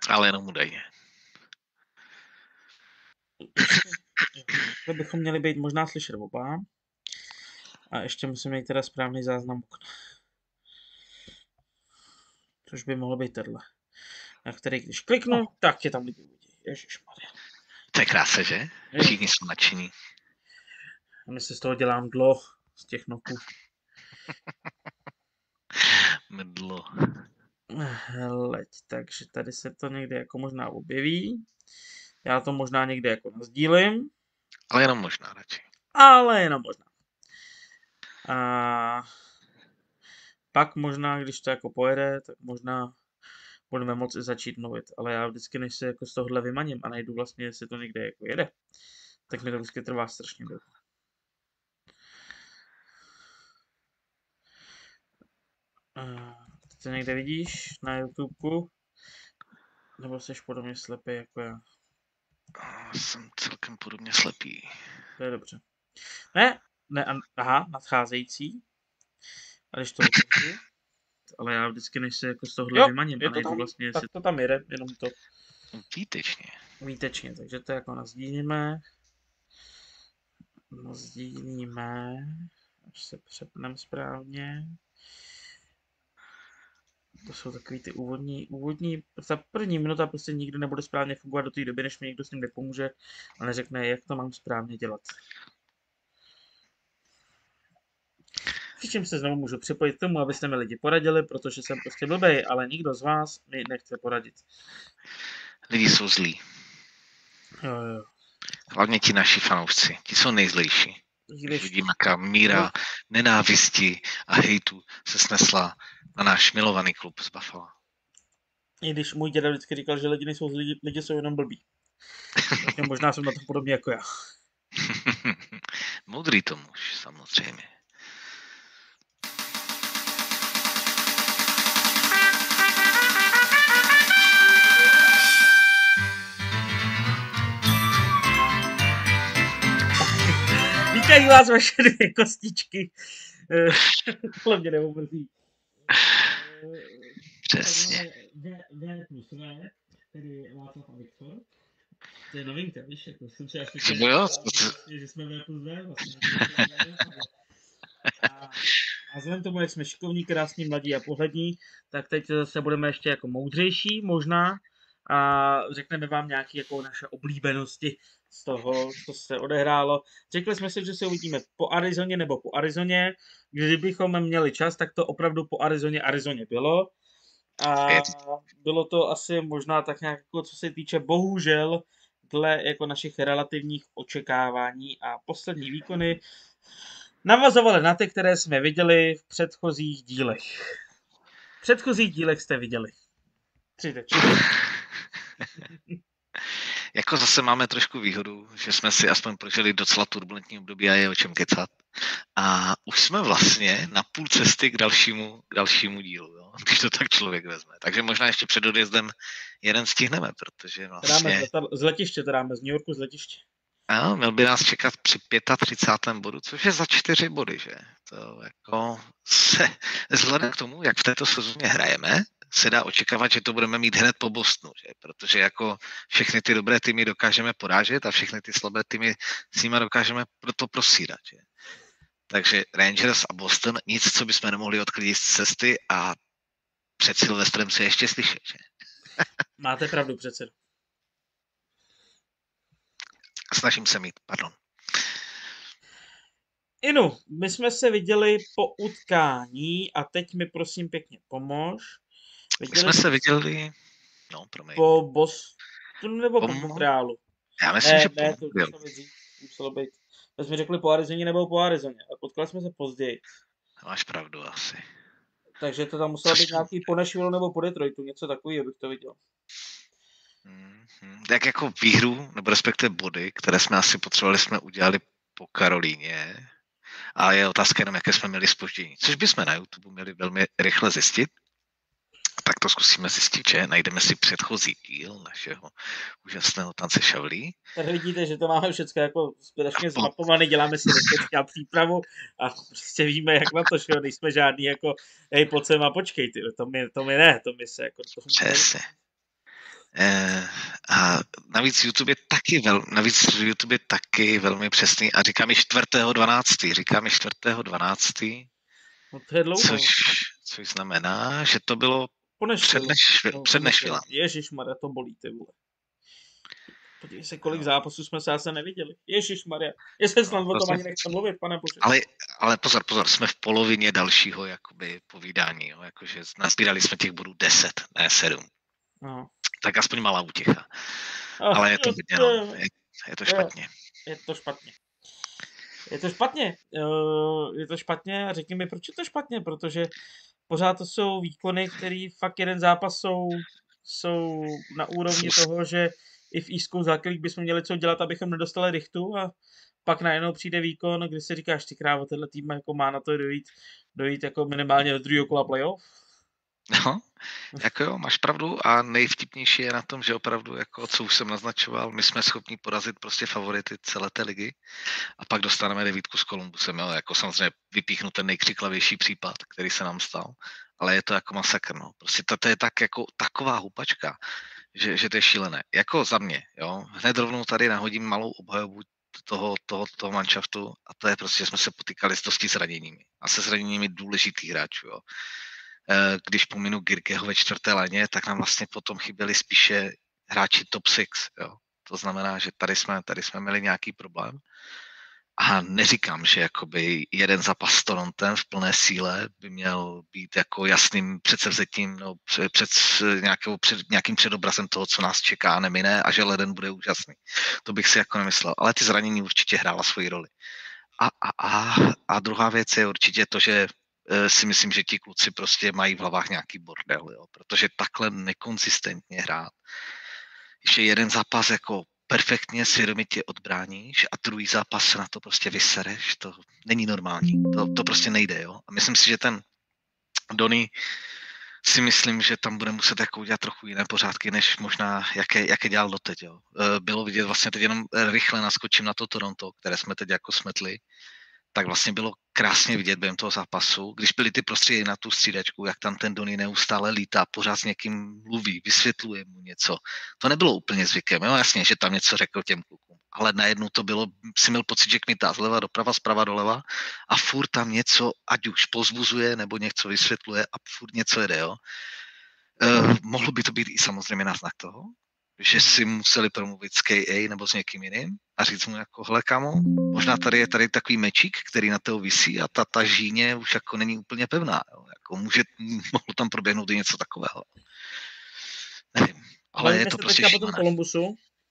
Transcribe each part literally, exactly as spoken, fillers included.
Ale jenom údajně. To bychom měli být možná slyšet oba. A ještě musím mít teda správný záznam okna. Což by mohlo být tenhle. Na který když kliknu, no. tak tě tam lidi uvidí. Ježišmarja. To je krása, že? Všichni jsou nadšení. A my se z toho dělám dlo z těch noků. Mdlo. Hleď, takže tady se to někde jako možná objeví. Já to možná někde jako nazdílím. Ale jenom možná radši. Ale jenom možná. A pak možná, když to jako pojede, tak možná budeme moci začít mluvit. Ale já vždycky, než se jako z tohohle vymaním a najdu vlastně, jestli to někde jako jede, tak mi to vždycky trvá strašně dlouho. Ty to někde vidíš na YouTubeku? Nebo jsi podobně slepý jako já? Jsem celkem podobně slepý. To je dobře. Ne, ne, aha, nadcházející. A když to otevřu, ale já vždycky, než se jako z tohohle jo, vymaním a najdu vlastně, jestli to tam jede, jenom to. Výtečně. Výtečně, takže to jako nazdílíme. Nazdílíme, až se přepneme správně. To jsou takový ty úvodní, úvodní, ta první minuta prostě nikdy nebude správně fungovat do té doby, než mi někdo s tím nepomůže a neřekne, jak to mám správně dělat. S čím se znovu můžu připojit k tomu, abyste mi lidi poradili, protože jsem prostě blbej, ale nikdo z vás mi nechce poradit. Lidi jsou zlí. Jo, jo. Hlavně ti naši fanoušci, ti jsou nejzlejší. Když vidím, jaká míra no. nenávisti a hejtu se snesla na náš milovaný klub z Buffalo. I když můj děda vždycky říkal, že lidi nejsou zlí, lidi jsou jenom blbí. Takže možná jsem na to podobně jako já. Moudrý to muž, samozřejmě. Vítají vás vaše dvě kostičky. Tohle mě neumrzí. Přesně. V plus V, tedy Václav a Viktor. To je novinka, víš, jako jsem si asi chtěl, že jsme V plus V vlastně. A, a vzhledem tomu, jak jsme šikovní, krásní, mladí a pohlední, tak teď zase budeme ještě jako moudřejší, možná. A řekneme vám nějaké jako naše oblíbenosti z toho, co se odehrálo. Řekli jsme si, že se uvidíme po Arizoně nebo po Arizoně. Kdybychom měli čas, tak to opravdu po Arizoně Arizoně bylo. A bylo to asi možná tak nějak, jako co se týče bohužel dle jako našich relativních očekávání a poslední výkony navazovaly na ty, které jsme viděli v předchozích dílech. V předchozích dílech jste viděli. Tři tečky. Jako zase máme trošku výhodu, že jsme si aspoň prožili docela turbulentní období a je o čem kecat. A už jsme vlastně na půl cesty k dalšímu, k dalšímu dílu, jo? Když to tak člověk vezme. Takže možná ještě před odjezdem jeden stihneme, protože vlastně... Z letiště, to dáme z New Yorku z letiště. Ano, měl by nás čekat při třicátém pátém bodu, což je za čtyři body, že? To jako se, vzhledem k tomu, jak v této sezóně hrajeme, se dá očekávat, že to budeme mít hned po Bostonu, že? Protože jako všechny ty dobré týmy dokážeme porážet a všechny ty slabé týmy s nimi dokážeme proto prosírat, že? Takže Rangers a Boston, nic, co bychom nemohli odklidit z cesty a před Silvestrem se ještě slyšet, že? Máte pravdu, předsedo. Snažím se mít, pardon. Inu, my jsme se viděli po utkání a teď mi prosím pěkně pomož. Viděli my jsme se viděli, no promiň. Po Bostonu nebo po Montrealu? Já myslím, ne, že ne, po to muselo být. My jsme řekli po Arizoně nebo po Arizoně a potkali jsme se později. Máš pravdu asi. Takže to tam muselo být nějaký po Nashville nebo po Detroitu, něco takového bych to viděl. Mm-hmm. Tak jako výhru, nebo respektive body, které jsme asi potřebovali, jsme udělali po Karolíně. A je otázka jenom, jaké jsme měli zpoždění. Což bychom na YouTube měli velmi rychle zjistit. Tak to zkusíme zjistit, že najdeme si předchozí díl našeho úžasného Tance šavlí. Tak vidíte, že to máme všechno jako skutečně zmapované, děláme si respektka přípravu a prostě víme, jak na to šlo, nejsme žádný jako, hej, pojď sem a počkej, ty, to mi, to mi ne, to mi se jako... To Přesně. Eh, a navíc YouTube je taky vel, navíc YouTube je taky velmi přesný a říká mi čtvrtého dvanáctého Říká mi čtvrtého dvanáctého No to je dlouho. Což, což znamená, že to bylo před, Nešvile. nešvi, No, před Nešvilem. Ježišmarja, to bolí, ty vole. Podívej se, kolik no. zápasů jsme se asi neviděli. Ježišmarja. Jestli snad no, o tom ani nechci mluvit, pane bože. Ale, ale pozor, pozor, jsme v polovině dalšího jakoby povídání, jo, jakože nazbírali jsme těch bodů deset, ne sedm. No. Tak aspoň malá útěcha. Oh, ale je to hodně, no. Je, je to špatně. Je to špatně. Je to špatně. Je to špatně a řekni mi, proč je to špatně, protože pořád to jsou výkony, které fakt jeden zápas jsou, jsou na úrovni jsou... toho, že i v East Coast Hockey bychom měli co dělat, abychom nedostali rychtu a pak najednou přijde výkon, kdy si říkáš, ty krávo, tenhle tým jako má na to dojít, dojít jako minimálně do druhého kola playoff. No, jako jo, máš pravdu a nejvtipnější je na tom, že opravdu, jako co už jsem naznačoval, my jsme schopni porazit prostě favority celé té ligy a pak dostaneme devítku s Columbusem, jo, jako samozřejmě vypíchnu ten nejkřiklavější případ, který se nám stal, ale je to jako masakr, no, prostě to, to je tak jako taková hupačka, že, že to je šílené, jako za mě, jo, hned rovnou tady nahodím malou obhajobu toho, toho, toho manšaftu a to je prostě, že jsme se potýkali s dosti zraněními a se zraněními důležitých hráčů, jo. Když pominu Girkeho ve čtvrté léně, tak nám vlastně potom chyběli spíše hráči top šest, jo. To znamená, že tady jsme, tady jsme měli nějaký problém. A neříkám, že jakoby jeden zápas s Torontem v plné síle by měl být jako jasným předsevzetím, no, před, před, nějakou, před nějakým předobrazem toho, co nás čeká, nemine a že leden bude úžasný. To bych si jako nemyslel. Ale ty zranění určitě hrála svoji roli. A, a, a, a druhá věc je určitě to, že si myslím, že ti kluci prostě mají v hlavách nějaký bordel, jo, protože takhle nekonzistentně hrát. Ještě jeden zápas jako perfektně svědomitě odbráníš a druhý zápas se na to prostě vysereš, to není normální, to, to prostě nejde, jo. A myslím si, že ten Donny si myslím, že tam bude muset jako udělat trochu jiné pořádky, než možná, jaké, jaké dělal doteď, jo. Bylo vidět vlastně teď jenom rychle naskočím na to Toronto, které jsme teď jako smetli, tak vlastně bylo krásně vidět během toho zápasu, když byly ty prostředí na tu střídačku, jak tam ten Donny neustále lítá, pořád s někým mluví, vysvětluje mu něco. To nebylo úplně zvykem, jo, jasně, že tam něco řekl těm klukům, ale najednou to bylo, si měl pocit, že kmitá zleva doprava, zprava doleva a furt tam něco, ať už pozbuzuje, nebo něco vysvětluje a furt něco jede, jo. Eh, mohlo by to být i samozřejmě náznak toho, že si museli promluvit s K A nebo s někým jiným a říct mu jako, hele kámo, možná tady je tady takový mečík, který na toho visí a ta, ta žíně už jako není úplně pevná, jo. Jako může, mohlo tam proběhnout i něco takového. Nevím, ale bavíme je to prostě šílené. Kolumbusu?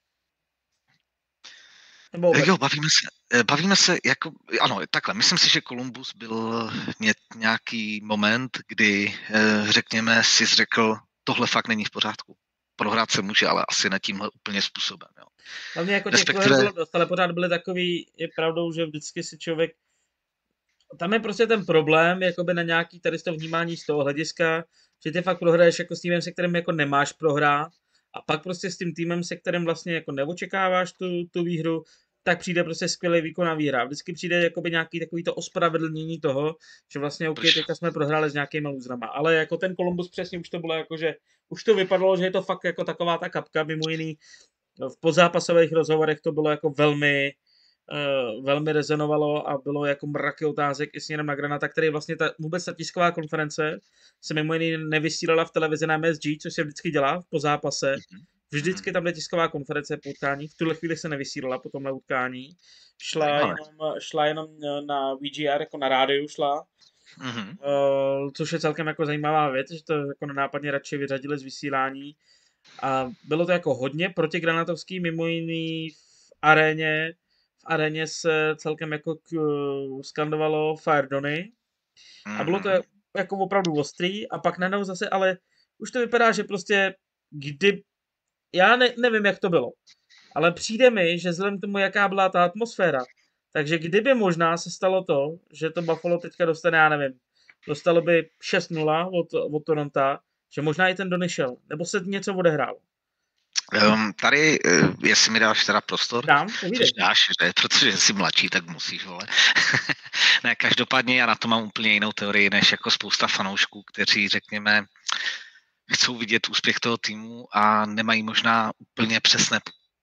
Nebo jo, bavíme se, bavíme se jako, ano, takhle, myslím si, že Columbus byl ně, nějaký moment, kdy, řekněme, si řekl, tohle fakt není v pořádku. Prohrát se může, ale asi na tímhle úplně způsobem. Jo. Hlavně jako těch Respektive... bylo dost, ale pořád byly takový, je pravdou, že vždycky si člověk, tam je prostě ten problém, jakoby na nějaký tady z toho vnímání z toho hlediska, že ty fakt prohraješ jako s týmem, se kterým jako nemáš prohrát a pak prostě s tím týmem, se kterým vlastně jako neočekáváš tu, tu výhru, tak přijde prostě skvělý výkon a výhra. Vždycky přijde jakoby nějaký takový to ospravedlnění toho, že vlastně OK, teďka jsme prohráli s nějakýma lůzrama. Ale jako ten Columbus přesně už to bylo jako, že už to vypadalo, že je to fakt jako taková ta kapka, mimo jiný v podzápasových rozhovorech to bylo jako velmi, uh, velmi rezonovalo a bylo jako mraky otázek i směrem na Granata, který vlastně ta, vůbec ta tisková konference se mimo jiný nevysílala v televizi na M S G, což se vždycky dělá po zápase. Vždycky tam je tisková konference po utkání, v tuhle chvíli se nevysílala po tomhle utkání. Šla jenom, šla jenom na V G R, jako na rádiu šla, mm-hmm. uh, což je celkem jako zajímavá věc, že to jako nenápadně radši vyřadili z vysílání. A bylo to jako hodně protigranatovský, mimo jiný v aréně, v aréně se celkem jako k, skandovalo Fire Donny. Mm-hmm. A bylo to jako opravdu ostrý a pak najednou zase, ale už to vypadá, že prostě kdy já ne, nevím, jak to bylo, ale přijde mi, že vzhledem k tomu, jaká byla ta atmosféra, takže kdyby možná se stalo to, že to Buffalo teďka dostane, já nevím, dostalo by šest nula od, od Toronto, že možná i ten Donny šel, nebo se něco odehrálo. Um, tady, jestli mi dáš teda prostor, Dám, což dáš, že? Protože jsi mladší, tak musíš, vole. Ne, každopádně já na to mám úplně jinou teorii, než jako spousta fanoušků, kteří, řekněme, chcou vidět úspěch toho týmu a nemají možná úplně přesné.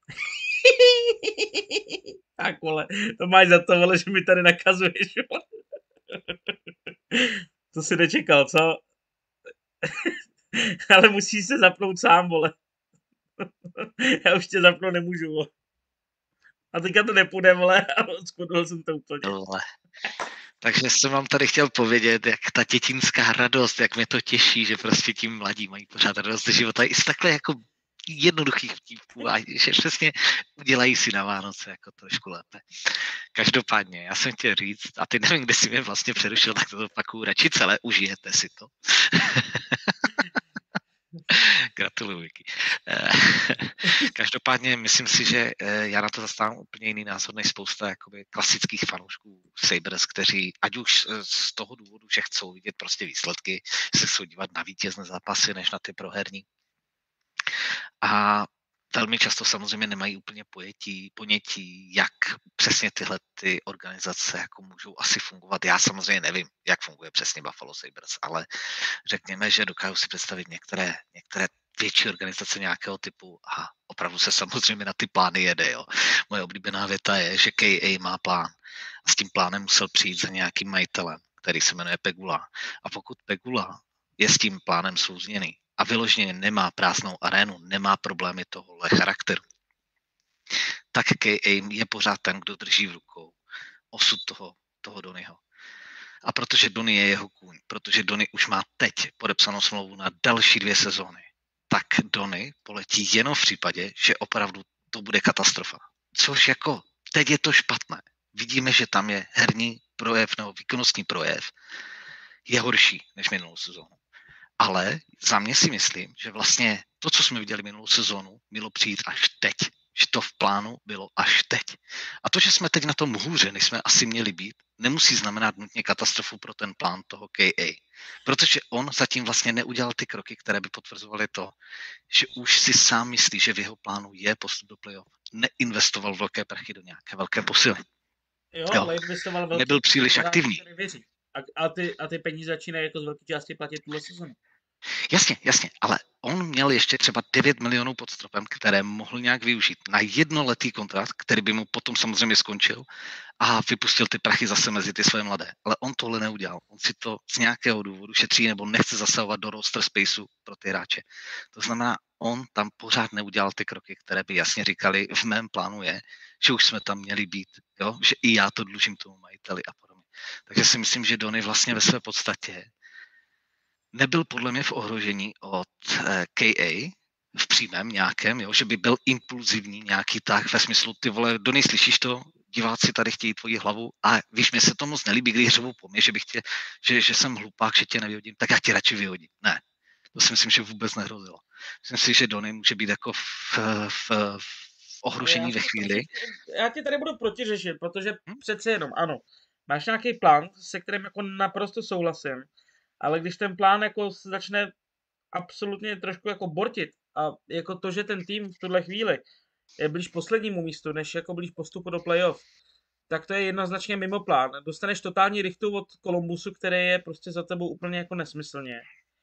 Tak vole, to máš za to, vole, že mi tady nakazuješ, vole. To si nečekal, co? Ale musíš se zapnout sám, vole. Já už tě zapnout nemůžu, vole. A teďka to nepůjde, vole, a odskudl jsem to úplně. Vole. Takže jsem vám tady chtěl povědět, jak ta dětinská radost, jak mě to těší, že prostě tím mladí mají pořád radost ze života i z takhle jako jednoduchých vtipů a že přesně udělají si na Vánoce jako trošku lépe. Každopádně, já jsem chtěl říct, a teď nevím, kde si mě vlastně přerušil, tak to opakuju radši celé, užijete si to. Gratuluju, Vicky. Každopádně myslím si, že já na to zastávám úplně jiný názor než spousta jakoby klasických fanoušků Sabres, kteří ať už z toho důvodu, že chcou vidět prostě výsledky, se chcou dívat na vítězné zápasy než na ty proherní. A velmi často samozřejmě nemají úplně pojetí, ponětí, jak přesně tyhle ty organizace jako můžou asi fungovat. Já samozřejmě nevím, jak funguje přesně Buffalo Sabres, ale řekněme, že dokážu si představit některé, některé větší organizace nějakého typu a opravdu se samozřejmě na ty plány jede. Jo. Moje oblíbená věta je, že K A má plán a s tím plánem musel přijít za nějakým majitelem, který se jmenuje Pegula. A pokud Pegula je s tím plánem souzněný a vyloženě nemá prázdnou arénu, nemá problémy tohohle charakteru, tak K A je pořád ten, kdo drží v rukou osud toho, toho Donnyho. A protože Donny je jeho kůň, protože Donny už má teď podepsanou smlouvu na další dvě sezóny, tak Donny poletí jenom v případě, že opravdu to bude katastrofa. Což jako teď je to špatné. Vidíme, že tam je herní projev nebo výkonnostní projev je horší než minulou sezónu. Ale za mě si myslím, že vlastně to, co jsme viděli minulou sezónu, mělo přijít až teď. Že to v plánu bylo až teď. A to, že jsme teď na tom hůře, než jsme asi měli být, nemusí znamenat nutně katastrofu pro ten plán toho K A. Protože on zatím vlastně neudělal ty kroky, které by potvrzovaly to, že už si sám myslí, že v jeho plánu je postup do playoff. Neinvestoval velké prachy do nějaké velké posily. Jo, jo. Ale investoval velký. Nebyl příliš aktivní. A, a, ty, a ty peníze začínají jako z velké části platit tuhle sezonu. Jasně, jasně, ale on měl ještě třeba devět milionů pod stropem, které mohl nějak využít na jednoletý kontrakt, který by mu potom samozřejmě skončil a vypustil ty prachy zase mezi ty své mladé. Ale on tohle neudělal. On si to z nějakého důvodu šetří nebo nechce zasahovat do roster spaceu pro ty hráče. To znamená, on tam pořád neudělal ty kroky, které by jasně říkali, v mém plánu je, že už jsme tam měli být, jo? Že i já to dlužím tomu majiteli a podobně. Takže si myslím, že Donny vlastně ve své podstatě nebyl podle mě v ohrožení od K A v přímém nějakém, jo, že by byl impulzivní nějaký tak ve smyslu, ty vole, Donny, slyšíš to? Diváci tady chtějí tvoji hlavu a víš, mě se to moc nelíbí, když řevou po mně, že bych tě, že, že jsem hlupák, že tě nevyhodím, tak já tě radši vyhodím. Ne, to si myslím, že vůbec nehrozilo. Myslím si, že Donny může být jako v, v, v ohrožení ve chvíli. Já tě tady budu protiřešit, protože hm? přece jenom, ano, máš nějaký plán, se kterým jako naprosto souhlasím, ale když ten plán jako začne absolutně trošku jako bortit a jako to, že ten tým v tuhle chvíli je blíž poslednímu místu, než jako blíž postupu do playoff, tak to je jednoznačně mimo plán. Dostaneš totální rychtu od Columbusu, který je prostě za tebou úplně jako nesmyslně.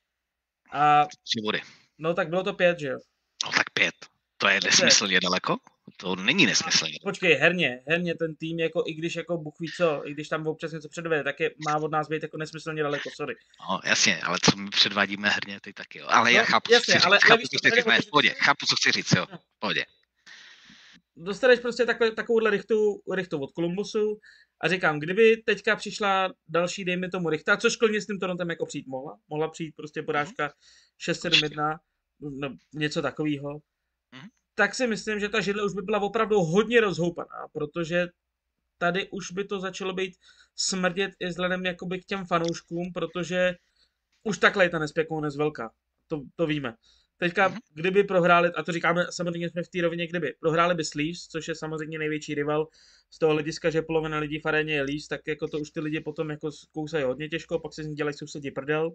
A no tak bylo to pět, že jo? No tak pět. To je nesmyslně daleko? To není nesmyslně. Počkej, herně, herně ten tým, jako i když jako Bůh ví co, i když tam občas něco předvede, tak je, má od nás být jako nesmyslně daleko, sorry. No jasně, ale co my předvádíme herně, teď taky jo. Ale no, já chápu, jasně, co chci ale, říct, ale chápu, co chci říct, ne, v pohodě, chápu, co chci říct, jo, v pohodě. Dostaneš prostě takhle, takovouhle rychtu, rychtu od Columbusu a říkám, kdyby teďka přišla další, dejme tomu rychta, což klidně s tím Torontem jako přijít mohla, mohla přijít prostě porážka šest sedm jedna, no, něco takového. Mm-hmm. Tak si myslím, že ta židle už by byla opravdu hodně rozhoupaná, protože tady už by to začalo být smrdět i vzhledem jakoby k těm fanouškům, protože už takhle je ta nespěkovanost velká, to, to víme. Teďka, mm-hmm. kdyby prohráli, a to říkáme, samozřejmě jsme v té rovině, kdyby prohráli by Leafs, což je samozřejmě největší rival z toho hlediska, že polovina lidí v aréně je Leafs, tak jako to už ty lidi potom jako kousají hodně těžko, pak se z ní dělají sousedí prdel.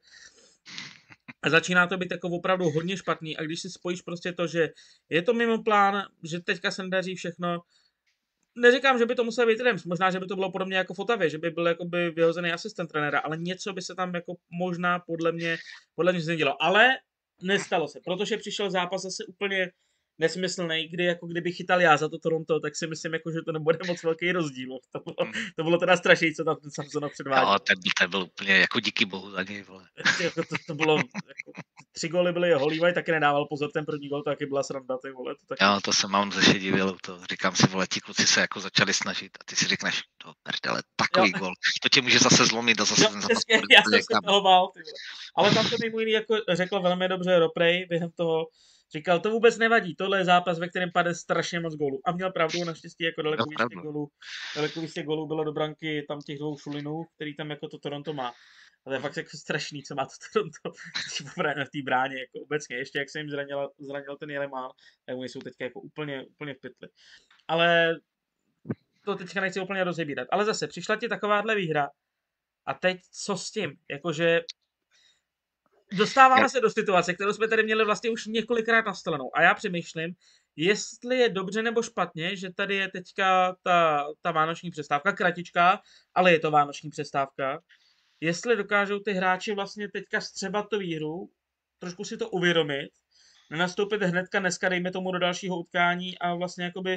A začíná to být jako opravdu hodně špatný a když si spojíš prostě to, že je to mimo plán, že teďka se nedaří všechno, neříkám, že by to musel být Rams, možná, že by to bylo podobně jako v Otavě, že by byl jakoby vyhozený asistent trenéra, ale něco by se tam jako možná podle mě, podle mě změnilo. Ale Nestalo se, protože přišel zápas zase úplně nesmyslný, kdy jako kdyby chytal já za to Toronto, tak si myslím, jako, že to nebude moc velký rozdíl. To bylo, Mm. to bylo teda strašný, co tam ten Samsonov předváděl. Jo, ten, ten byl úplně jako díky bohu za něj, vole. Jako to, to bylo, jako, tři góly byly jeho, Levi taky nedával pozor, ten první gól, to taky byla sranda, ty vole. To taky... Jo, to se mám zase divil, to říkám si, vole, ti kluci se jako začali snažit a ty si řekneš, do prdele, takový Jo. gól, to tě může zase zlomit a zase Jo, ten zápas. přesně, já jsem se toho bál, ty vole. Ale tam to mimo jiný jako řekl velmi dobře Roprej během toho, říkal, to vůbec nevadí, tohle je zápas, ve kterém padne strašně moc gólů. A měl pravdu, naštěstí jako daleko víc těch gólů, daleko víc těch gólů bylo do branky tam těch dvou šulinů, který tam jako to Toronto má. A to je fakt jako strašný, co má to Toronto v té bráně, jako obecně. Ještě jak se jim zranil, zranil ten Jelemán, tak oni jsou teďka jako úplně, úplně v pytli. Ale to teďka nechci úplně rozebírat. Ale zase, přišla ti takováhle výhra a teď co s tím? Jakože dostáváme já... se do situace, kterou jsme tady měli vlastně už několikrát nastavenou. A já přemýšlím, jestli je dobře nebo špatně, že tady je teďka ta, ta vánoční přestávka, kratičká, ale je to vánoční přestávka. Jestli dokážou ty hráči vlastně teďka střebat tu výhru, trošku si to uvědomit, nenastoupit hnedka dneska, dejme tomu, do dalšího utkání a vlastně jakoby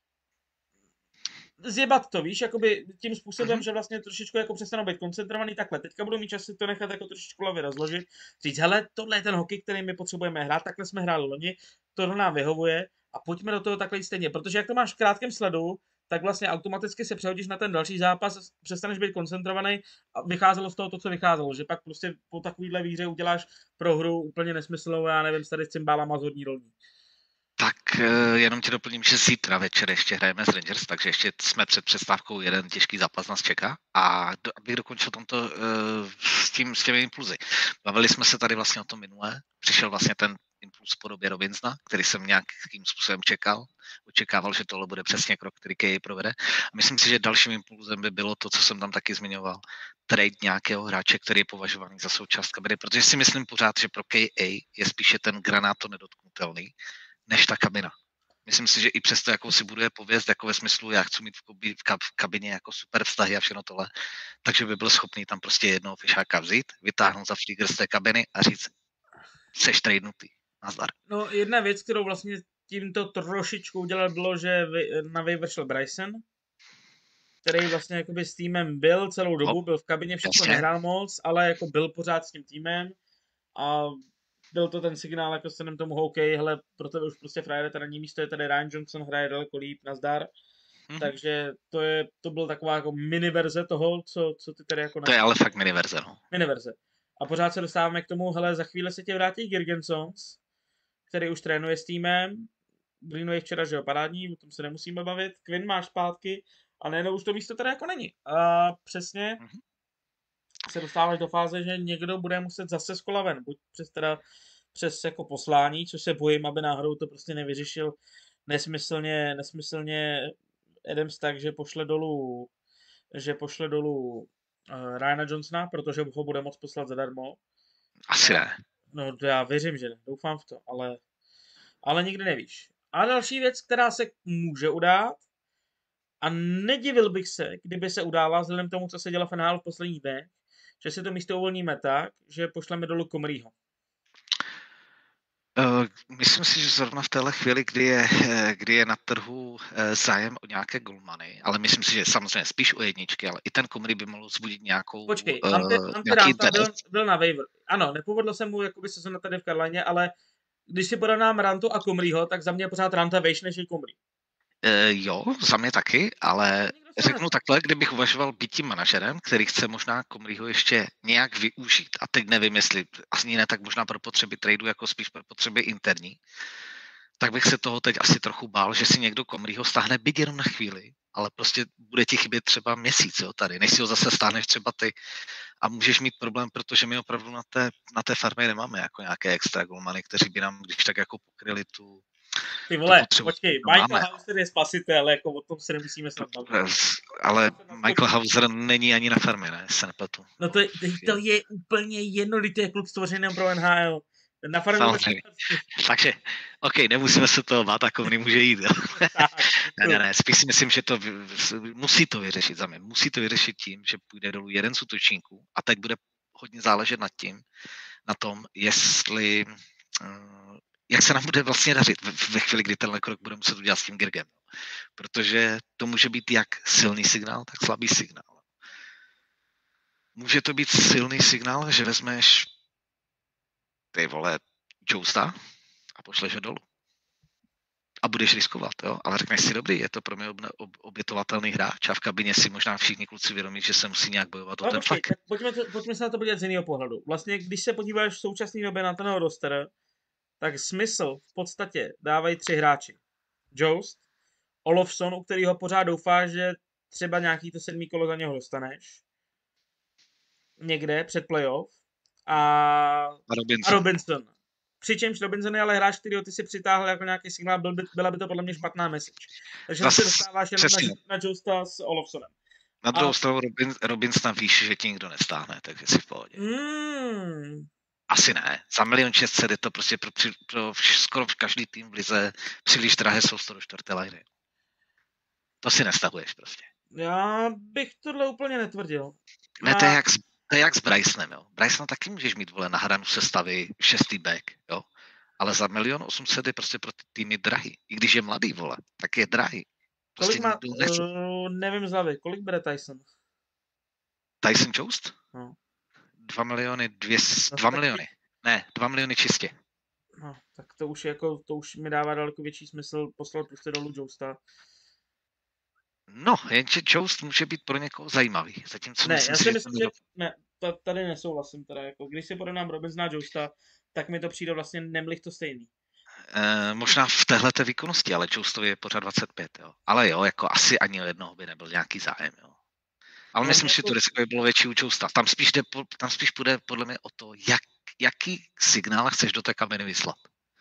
zjebat to, víš, jakoby tím způsobem, uh-huh. že vlastně trošičku jako přestanou být koncentrovaný takhle. Teďka budu mít čas si to nechat jako trošičku hlavě rozložit, říct, hele, tohle je ten hokej, který my potřebujeme hrát, takhle jsme hráli loni, to nám vyhovuje a pojďme do toho takhle stejně, protože jak to máš v krátkém sledu, tak vlastně automaticky se přehodíš na ten další zápas, přestaneš být koncentrovaný a vycházelo z toho to, co vycházelo, že pak prostě po takovýhle výhře uděláš prohru úplně nesmyslnou, já nevím, tady s cymbálama z hodní rolní. Tak jenom ti doplním, že zítra večer ještě hrajeme s Rangers, takže ještě jsme před přestávkou, jeden těžký zápas nás čeká. A do, abych dokončil tomto uh, s, tím, s těmi impulzy. Bavili jsme se tady vlastně o tom minulé. Přišel vlastně ten impuls v podobě Robinsona, který jsem nějakým způsobem čekal. Očekával, že tohle bude přesně krok, který K A provede. A myslím si, že dalším impulzem by bylo to, co jsem tam taky zmiňoval. Trade nějakého hráče, který je považovaný za součást kabiny, protože si myslím pořád, že pro K A je spíše ten granáto nedotknutelný, než ta kabina. Myslím si, že i přesto, jakou si buduje pověst, jako ve smyslu, já chci mít v, kobi, v, kab, v kabině jako super vztahy a všechno tohle, takže by byl schopný tam prostě jednoho fišáka vzít, vytáhnout za flíger z té kabiny a říct, seš tradenutý, nazdar. No jedna věc, kterou vlastně tímto trošičku udělal, bylo, že na waiver šel Bryson, který vlastně jakoby s týmem byl celou dobu, byl v kabině, všechno nehrál moc, ale jako byl pořád s tím týmem a byl to ten signál jako se tomu hokej, hele, pro tebe už prostě frajer, tady není místo, je tady Ryan Johnson, hraje daleko líp, nazdar. Mm-hmm. Takže to je, to byl taková jako mini verze toho, co, co ty tady jako... To je ale fakt mini verze, no. Mini verze. A pořád se dostáváme k tomu, hele, za chvíli se tě vrátí Girgensons, který už trénuje s týmem. Greenway včera, že jo, parádní, o tom se nemusíme bavit. Quinn má zpátky a nejenom už to místo tady jako není. A přesně mm-hmm. se dostáváš do fáze, že někdo bude muset zase z kola ven, buď přes teda přes jako poslání, což se bojím, aby náhodou to prostě nevyřešil nesmyslně, nesmyslně Adams tak, že pošle dolů že pošle dolů uh, Ryana Johnsona, protože ho bude moct poslat zadarmo. Asi ne. No to já věřím, že ne, doufám v to, ale, ale nikdy nevíš. A další věc, která se může udát, a nedivil bych se, kdyby se udála, vzhledem k tomu, co se dělo v N H L v posledních dnech, že si to místo uvolníme tak, že pošleme dolů Comrieho. Uh, myslím si, že zrovna v téhle chvíli, kdy je, kdy je na trhu uh, zájem o nějaké golmany, ale myslím si, že samozřejmě spíš o jedničky, ale i ten Comrie by mohl vzbudit nějakou... Počkej, uh, Antti, Antti Ranta byl, byl na waiver. Ano, nepovedlo se mu jakoby sezona tady v Karolíně, ale když si porovnám Rantu a Comrieho, tak za mě je pořád Ranta vejš než je Comrie. Uh, jo, za mě taky, ale řeknu takhle, kdybych uvažoval být tím manažerem, který chce možná Comrieho ještě nějak využít. A teď nevím, jestli asi ne tak možná pro potřeby tradu, jako spíš pro potřeby interní. Tak bych se toho teď asi trochu bál, že si někdo Comrieho stáhne byť jenom na chvíli, ale prostě bude ti chybět třeba měsíc, jo, tady. Než si ho zase stáhneš třeba ty a můžeš mít problém, protože my opravdu na té, na té farmě nemáme jako nějaké extra golmany, kteří by nám když tak jako pokryli tu Ty vole, počkej, Michael Hauser je spasitel, jako o tom se nemusíme snad bavit. Ale Michael Hauser není ani na farmě, ne, se nepletu. No to, to je úplně jednolitý klub stvořený pro N H L. Na farmě... Takže, ok, nemusíme se toho bát, jako může jít. Jo. ne, ne, ne, spíš si myslím, že to musí to vyřešit za mě. Musí to vyřešit tím, že půjde dolů jeden z útočníků a teď bude hodně záležet nad tím, na tom, jestli jak se nám bude vlastně dařit ve chvíli, kdy tenhle krok bude muset udělat s tím Girgem. Protože to může být jak silný signál, tak slabý signál. Může to být silný signál, že vezmeš ty vole Joesta a pošleš ho dolů. A budeš riskovat, jo? Ale řekneš si, dobrý, je to pro mě ob, ob, obětovatelný hráč a v kabině si možná všichni kluci vědomí, že se musí nějak bojovat o ten počkej, fakt. Pojďme, to, pojďme se na to podívat z jiného pohledu. Vlastně, když se podíváš v současné době na ten roster, tak smysl v podstatě dávají tři hráči. Joust, Olofsson, u kterého pořád doufáš, že třeba nějaký to sedmý kolo za něho dostaneš. Někde před playoff. A, a Robinson. A Robinson. Přičemž Robinson je ale hráč, kterýho ty si přitáhl jako nějaký signál, byl by, byla by to podle mě špatná message. Takže Zas, se dostáváš jenom přesně. na, na Jousta s Olofssonem. Na druhou a... stranu Robin, Robinsona víš, že ti nikdo nestáhne, takže si v pohodě. Mm. Asi ne. Za milion šestset je to prostě pro, pro, pro skoro každý tým v lize příliš drahé sousto do čtvrté lajny. To si nestahuješ prostě. Já bych tohle úplně netvrdil. Ne, to je jak, to je jak s Brysonem, jo. Brysona taky můžeš mít, vole, na hranu sestavy šestý back, jo. Ale za milion osmset je prostě pro ty týmy drahý. I když je mladý, vole, tak je drahý. Prostě kolik má, uh, nevím z hlavy, kolik bere Tyson? Tyson Joust? No. Dva miliony, dvě, no, dva taky... miliony. Ne, dva miliony čistě. No, tak to už jako, to už mi dává daleko větší smysl poslat prostě dolů Jousta. No, jenže Joust může být pro někoho zajímavý. Zatímco ne, myslím já si si, myslím, že... že ne, tady nesouhlasím teda, jako když si porovnám Robinsona a Jousta, tak mi to přijde vlastně nemlich to stejný. E, možná v téhleté výkonnosti, ale Joustovi je pořád dvacet pět, jo. Ale jo, jako asi ani o jednoho by nebyl nějaký zájem, jo. Ale no, myslím, jako... že to riziko by bylo větší u Jousta. Tam spíš, jde, tam spíš půjde podle mě o to, jak, jaký signál chceš do té kabiny vyslat.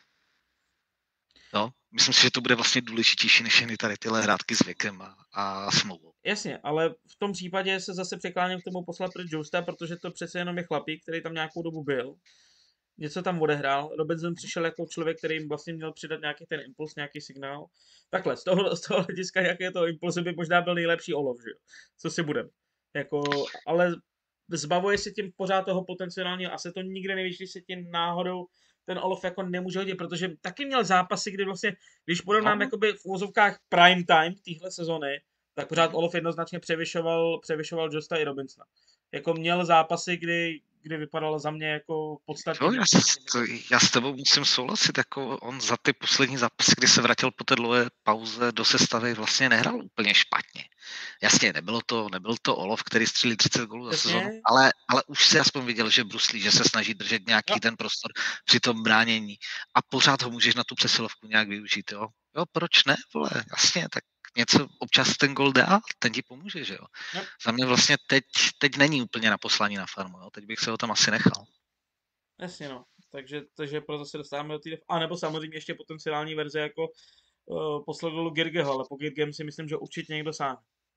No, myslím si, že to bude vlastně důležitější než jen tady tyhle hrátky s věkem a, a smlouvou. Jasně, ale v tom případě se zase překláním k tomu poslat pryč Jousta, protože to přece jenom je chlapík, který tam nějakou dobu byl. Něco tam odehrál. Robinson přišel jako člověk, který jim vlastně měl přidat nějaký ten impuls, nějaký signál. Takhle, z toho, z toho hlediska, jak je to impulzy, by možná byl nejlepší Olof, že jo? Co si budem. Jako, ale zbavuje se tím pořád toho potenciálního, asi to nikdy nevíš, když se tím náhodou ten Olof jako nemůže hodit, protože taky měl zápasy, kdy vlastně, když porovnám no. jakoby v úvozovkách prime time téhle sezony, tak pořád Olof jednoznačně převyšoval, převyšoval Jousta i Robinsona. Jako měl zápasy, kdy, kdy vypadal za mě jako podstatně. Jo, já, to, já s tebou musím souhlasit, jako on za ty poslední zápasy, kdy se vrátil po té dlouhé pauze do sestavy, vlastně nehrál úplně špatně. Jasně, nebylo to, nebyl to Olof, který střílí třicet gólů za sezonu, ale, ale už si aspoň viděl, že bruslí, že se snaží držet nějaký no. ten prostor při tom bránění a pořád ho můžeš na tu přesilovku nějak využít, jo. Jo, proč ne, vole, jasně, tak něco, občas ten gol dá, ten ti pomůže, že jo. No. Za mě vlastně teď, teď není úplně na poslání na farmu, jo. Teď bych se ho tam asi nechal. Jasně, no. Takže, takže proto se dostáváme do té... A nebo samozřejmě ještě potenciální verze jako uh, poslat dolů Girgeho, ale po Girgem si myslím, že určitě někdo sáhne.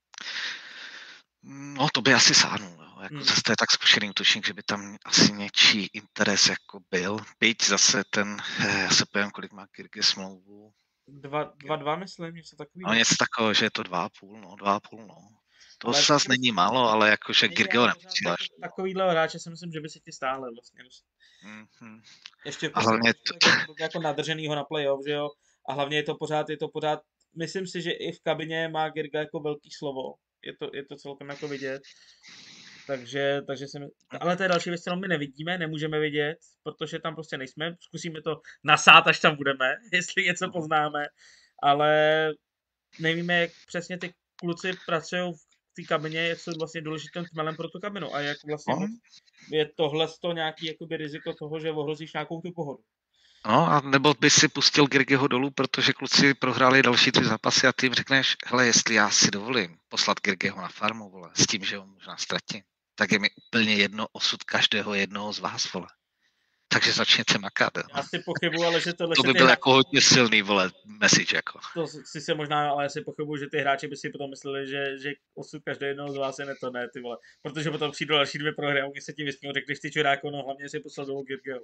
No, to by asi sáhnul, jo. Jako hmm. zase to je tak zkušený útočník, že by tam asi něčí interes jako byl. Byť zase ten, já se povím, kolik má Girge smlouvu. Dva, dva, dva myslím, něco takového. No něco takového, že je to dva a půl, no, dva a půl, no. To zase není málo, ale jakože Girgeho nepřidáš. Takovýhle hráče si myslím, že by si ti stáhle vlastně. Mm-hmm. Ještě v hlavně to... jako nadrženýho na playoff, že jo? A hlavně je to pořád, je to pořád, myslím si, že i v kabině má Girga jako velký slovo. Je to, je to celkem jako vidět. Takže, takže se mi... Ale to je další věc, kterou my nevidíme, nemůžeme vidět, protože tam prostě nejsme. Zkusíme to nasát, až tam budeme, jestli něco poznáme. Ale nevíme, jak přesně ty kluci pracují v té kabině, jak jsou vlastně důležitým tmelem pro tu kabinu a jak vlastně no. je tohle to nějaký jakoby riziko toho, že ohrozíš nějakou tu pohodu. No a nebo by si pustil Girgeho dolů, protože kluci prohráli další tři zápasy a ty jim řekneš, hele, jestli já si dovolím poslat Girgeho na farmu, vole, s tím, že ho možná ztratím, tak je mi úplně jedno osud každého jednoho z vás, vole. Takže začněte makat. Jo. Já si pochybuji, ale že tohle... To by byl hráči... jako hodně silný, vole, message, jako. To si se možná, ale já si pochybuji, že ty hráči by si potom mysleli, že, že osud každého jednoho z vás je ne to, ne, ty vole. Protože potom přijdou další dvě prohry a oni se tím vysmějou, řekneš ty čuráko, no hlavně si poslal dolů Girgeho.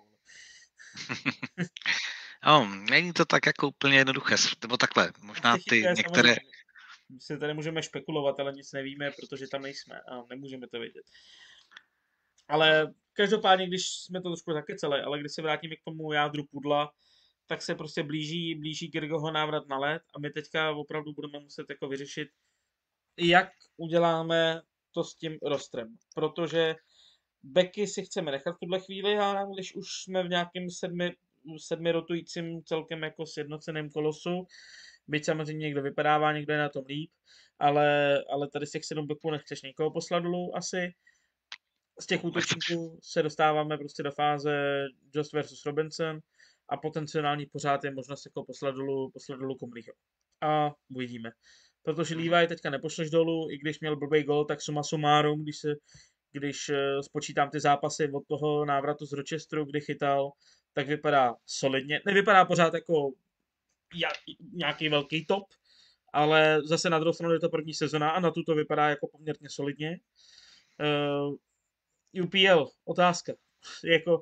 No, není to tak jako úplně jednoduché, nebo takhle, možná ty některé... My si tady můžeme špekulovat, ale nic nevíme, protože tam nejsme a nemůžeme to vědět. Ale každopádně, když jsme to trošku zakecali, ale když se vrátíme k tomu jádru pudla, tak se prostě blíží, blíží Girgoho návrat na led a my teďka opravdu budeme muset jako vyřešit, jak uděláme to s tím rostrem. Protože Becky si chceme nechat v tuhle chvíli a když už jsme v nějakém sedmi, sedmi rotujícím celkem jako sjednoceném kolosu, byť samozřejmě někdo vypadává, někdo je na tom líp, ale, ale tady z těch sedm beků nechceš někoho poslat dolů asi. Z těch útočníků se dostáváme prostě do fáze Jost versus Robinson a potenciální pořád je možnost jako poslat dolů, poslat dolů Comleyho. A uvidíme. Protože Levi teďka nepošleš dolů, i když měl blbej gol, tak suma sumárum, když se když spočítám ty zápasy od toho návratu z Rochesteru, kdy chytal, tak vypadá solidně. Nevypadá pořád jako nějaký velký top, ale zase na druhou stranu je to první sezona a na tuto vypadá jako poměrně solidně. Uh, U P L, otázka. jako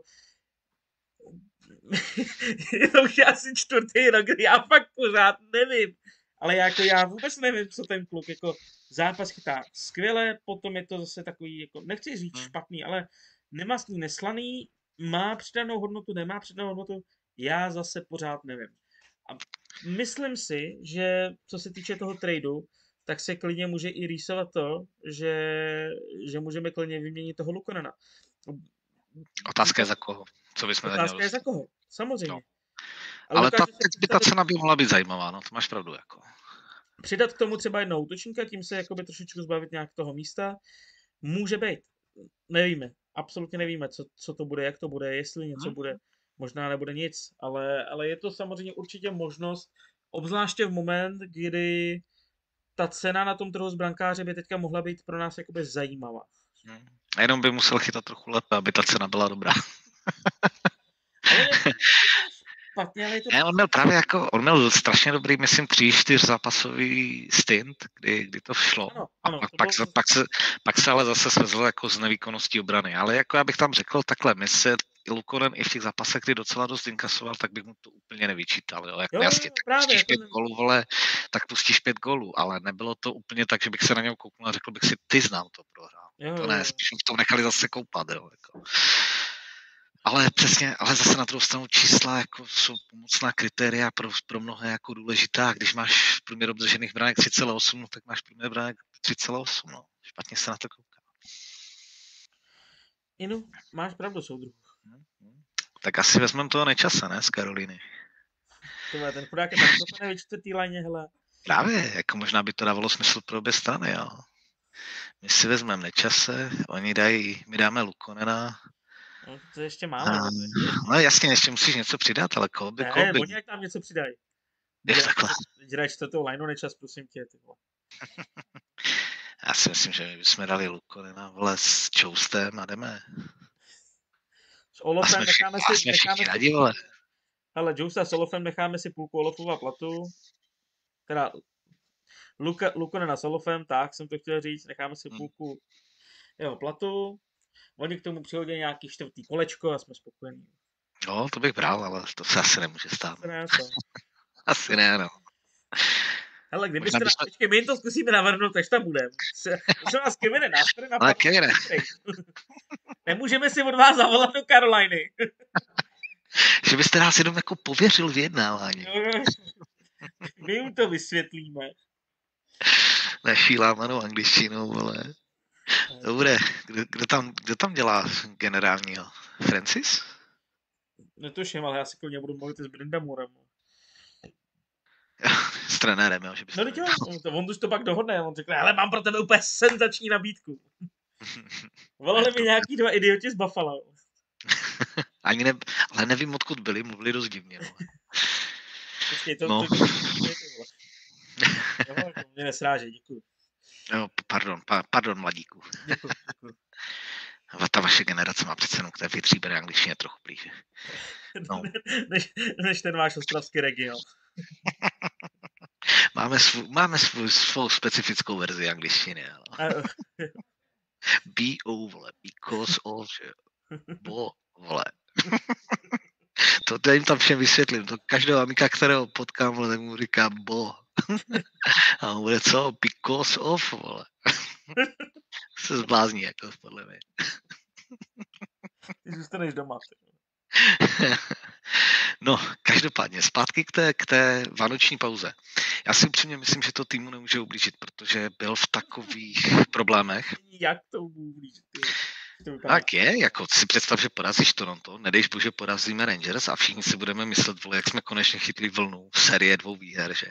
je to už asi čtvrtý rok, já fakt pořád nevím. Ale jako já vůbec nevím, co ten kluk, jako zápas chytá skvěle, potom je to zase takový, jako nechci říct špatný, ale nemastný, neslaný, má přidanou hodnotu, nemá přidanou hodnotu, já zase pořád nevím. A myslím si, že co se týče toho tradu, tak se klidně může i rýsovat to, že, že můžeme klidně vyměnit toho Lukonena. Otázka je za koho. Co bychom Otázka je za koho, samozřejmě. No. Ale, ale ta, teď by ta cena by mohla být zajímavá, no to máš pravdu. Jako. Přidat k tomu třeba jednoho útočníka, tím se jakoby trošičku zbavit nějak toho místa, může být. Nevíme, absolutně nevíme, co, co to bude, jak to bude, jestli něco hmm. bude, možná nebude nic, ale, ale je to samozřejmě určitě možnost, obzvláště v moment, kdy ta cena na tom trhu z brankáře by teďka mohla být pro nás jakoby zajímavá. Hmm. A jenom by musel chytat trochu lépe, aby ta cena byla dobrá. Ale špatně, ale je to... Ne, on měl právě jako, on měl strašně dobrý, myslím, tři, čtyř zápasový stint, kdy, kdy to šlo. Ano, ano, a pak, to pak, bylo... se, pak, se, pak se ale zase svezl jako z nevýkonností obrany. Ale jako já bych tam řekl takhle, my se Lukonen i v těch zápasech, kdy docela dost inkasoval, tak bych mu to úplně nevyčítal. Jo? Jako jo, jasně, tak právě, pustíš jako pět ne... gólů, vole, tak pustíš pět gólů, ale nebylo to úplně tak, že bych se na něm kouknul a řekl bych si, ty znám to prohrál. Jo, To ne, spíš v tom nechali zase koupat. Jo? Jako. Ale přesně, ale zase na druhou stranu čísla jako jsou pomocná kritéria pro, pro mnohé jako důležitá. Když máš průměr obdržených branek tři celá osm, no, tak máš průměr branek tři celá osm. No. Špatně se na to kouká. Inu, máš pravdu, soudruh. Tak asi vezmeme toho Nečase, ne, z Karolíny. Tohle, ten chudák je tam to ve čtvrtý lajně, hele. Právě, jako možná by to dávalo smysl pro obě strany, jo. My si vezmeme Nečase, oni dají, my dáme Lukonena. No, to ještě máme. A, no jasně, ještě musíš něco přidat, ale koho by, ne, koho by... oni jak tam něco přidají. Je takhle. Jdeš čtvrtou lajnu Nečas, prosím tě, ty vole. Já si myslím, že my bychom dali Lukonena, vole, s Čoustem a jdeme. S Olofem necháme si... Jsme necháme všichni rádi, vole. Ale Jousta s Olofem necháme si půlku Olofova platu. Teda Luka, Lukonena s Olofem, tak jsem to chtěl říct, necháme si půlku jeho platu. Oni k tomu přihodí nějaký čtvrtý kolečko a jsme spokojení. No, to bych bral, ale to se asi nemůže stát. Asi ne, to. Asi ne, no. Hele, kdybyste... Bychom... Na... Počkej, my jim to zkusíme navrhnout, až tam budeme. Prosím vás, Kevine, nás tady napadlo. Ale Kevine. Nemůžeme si od vás zavolat do Caroliny. Že byste nás jenom jako pověřil vyjednávání. My jim to vysvětlíme. Naší lámanou angličtinou, vole. Dobré, kdo, kdo, tam, kdo tam dělá generálního? Francis? Netuším, ale já si klidně budu mluvit s Brindamurem. S trenérem, jo, že bys... No teď jo, on už to pak dohodne, on řekne, ale mám pro tebe úplně senzační nabídku. Volali mi nějaký dva idioti z Buffalo. Ani ne, ale nevím, odkud byli, mluvili dost divně. No. Počkej, to, no. to, to, to, to, to, to mě nesrážej, děkuji. No, pardon, pa, pardon, mladíku. Děkuji, děkuji. Ta vaše generace má přece jenom k té vytříbené angličtině trochu blíže. No. než, než ten váš ostravský region. máme svů, máme svou, svou specifickou verzi angličtiny. B O, vole, because of, bo, vole. To, to jim tam všem vysvětlím. To každého amika, kterého potkám, vole, tak mu říká bo. A on bude co? Because of, vole. Se zblázní, jako podle mě. Ty zůstaneš doma. No, každopádně, zpátky k té, k té vánoční pauze. Já si upřímně myslím, že to týmu nemůže ublížit, protože byl v takových problémech. Jak to ublížit? Tak je, jako si představ, že porazíš Toronto, nedejš bože porazíme Rangers a všichni si budeme myslet, vole, jak jsme konečně chytli vlnu série dvou výher, že?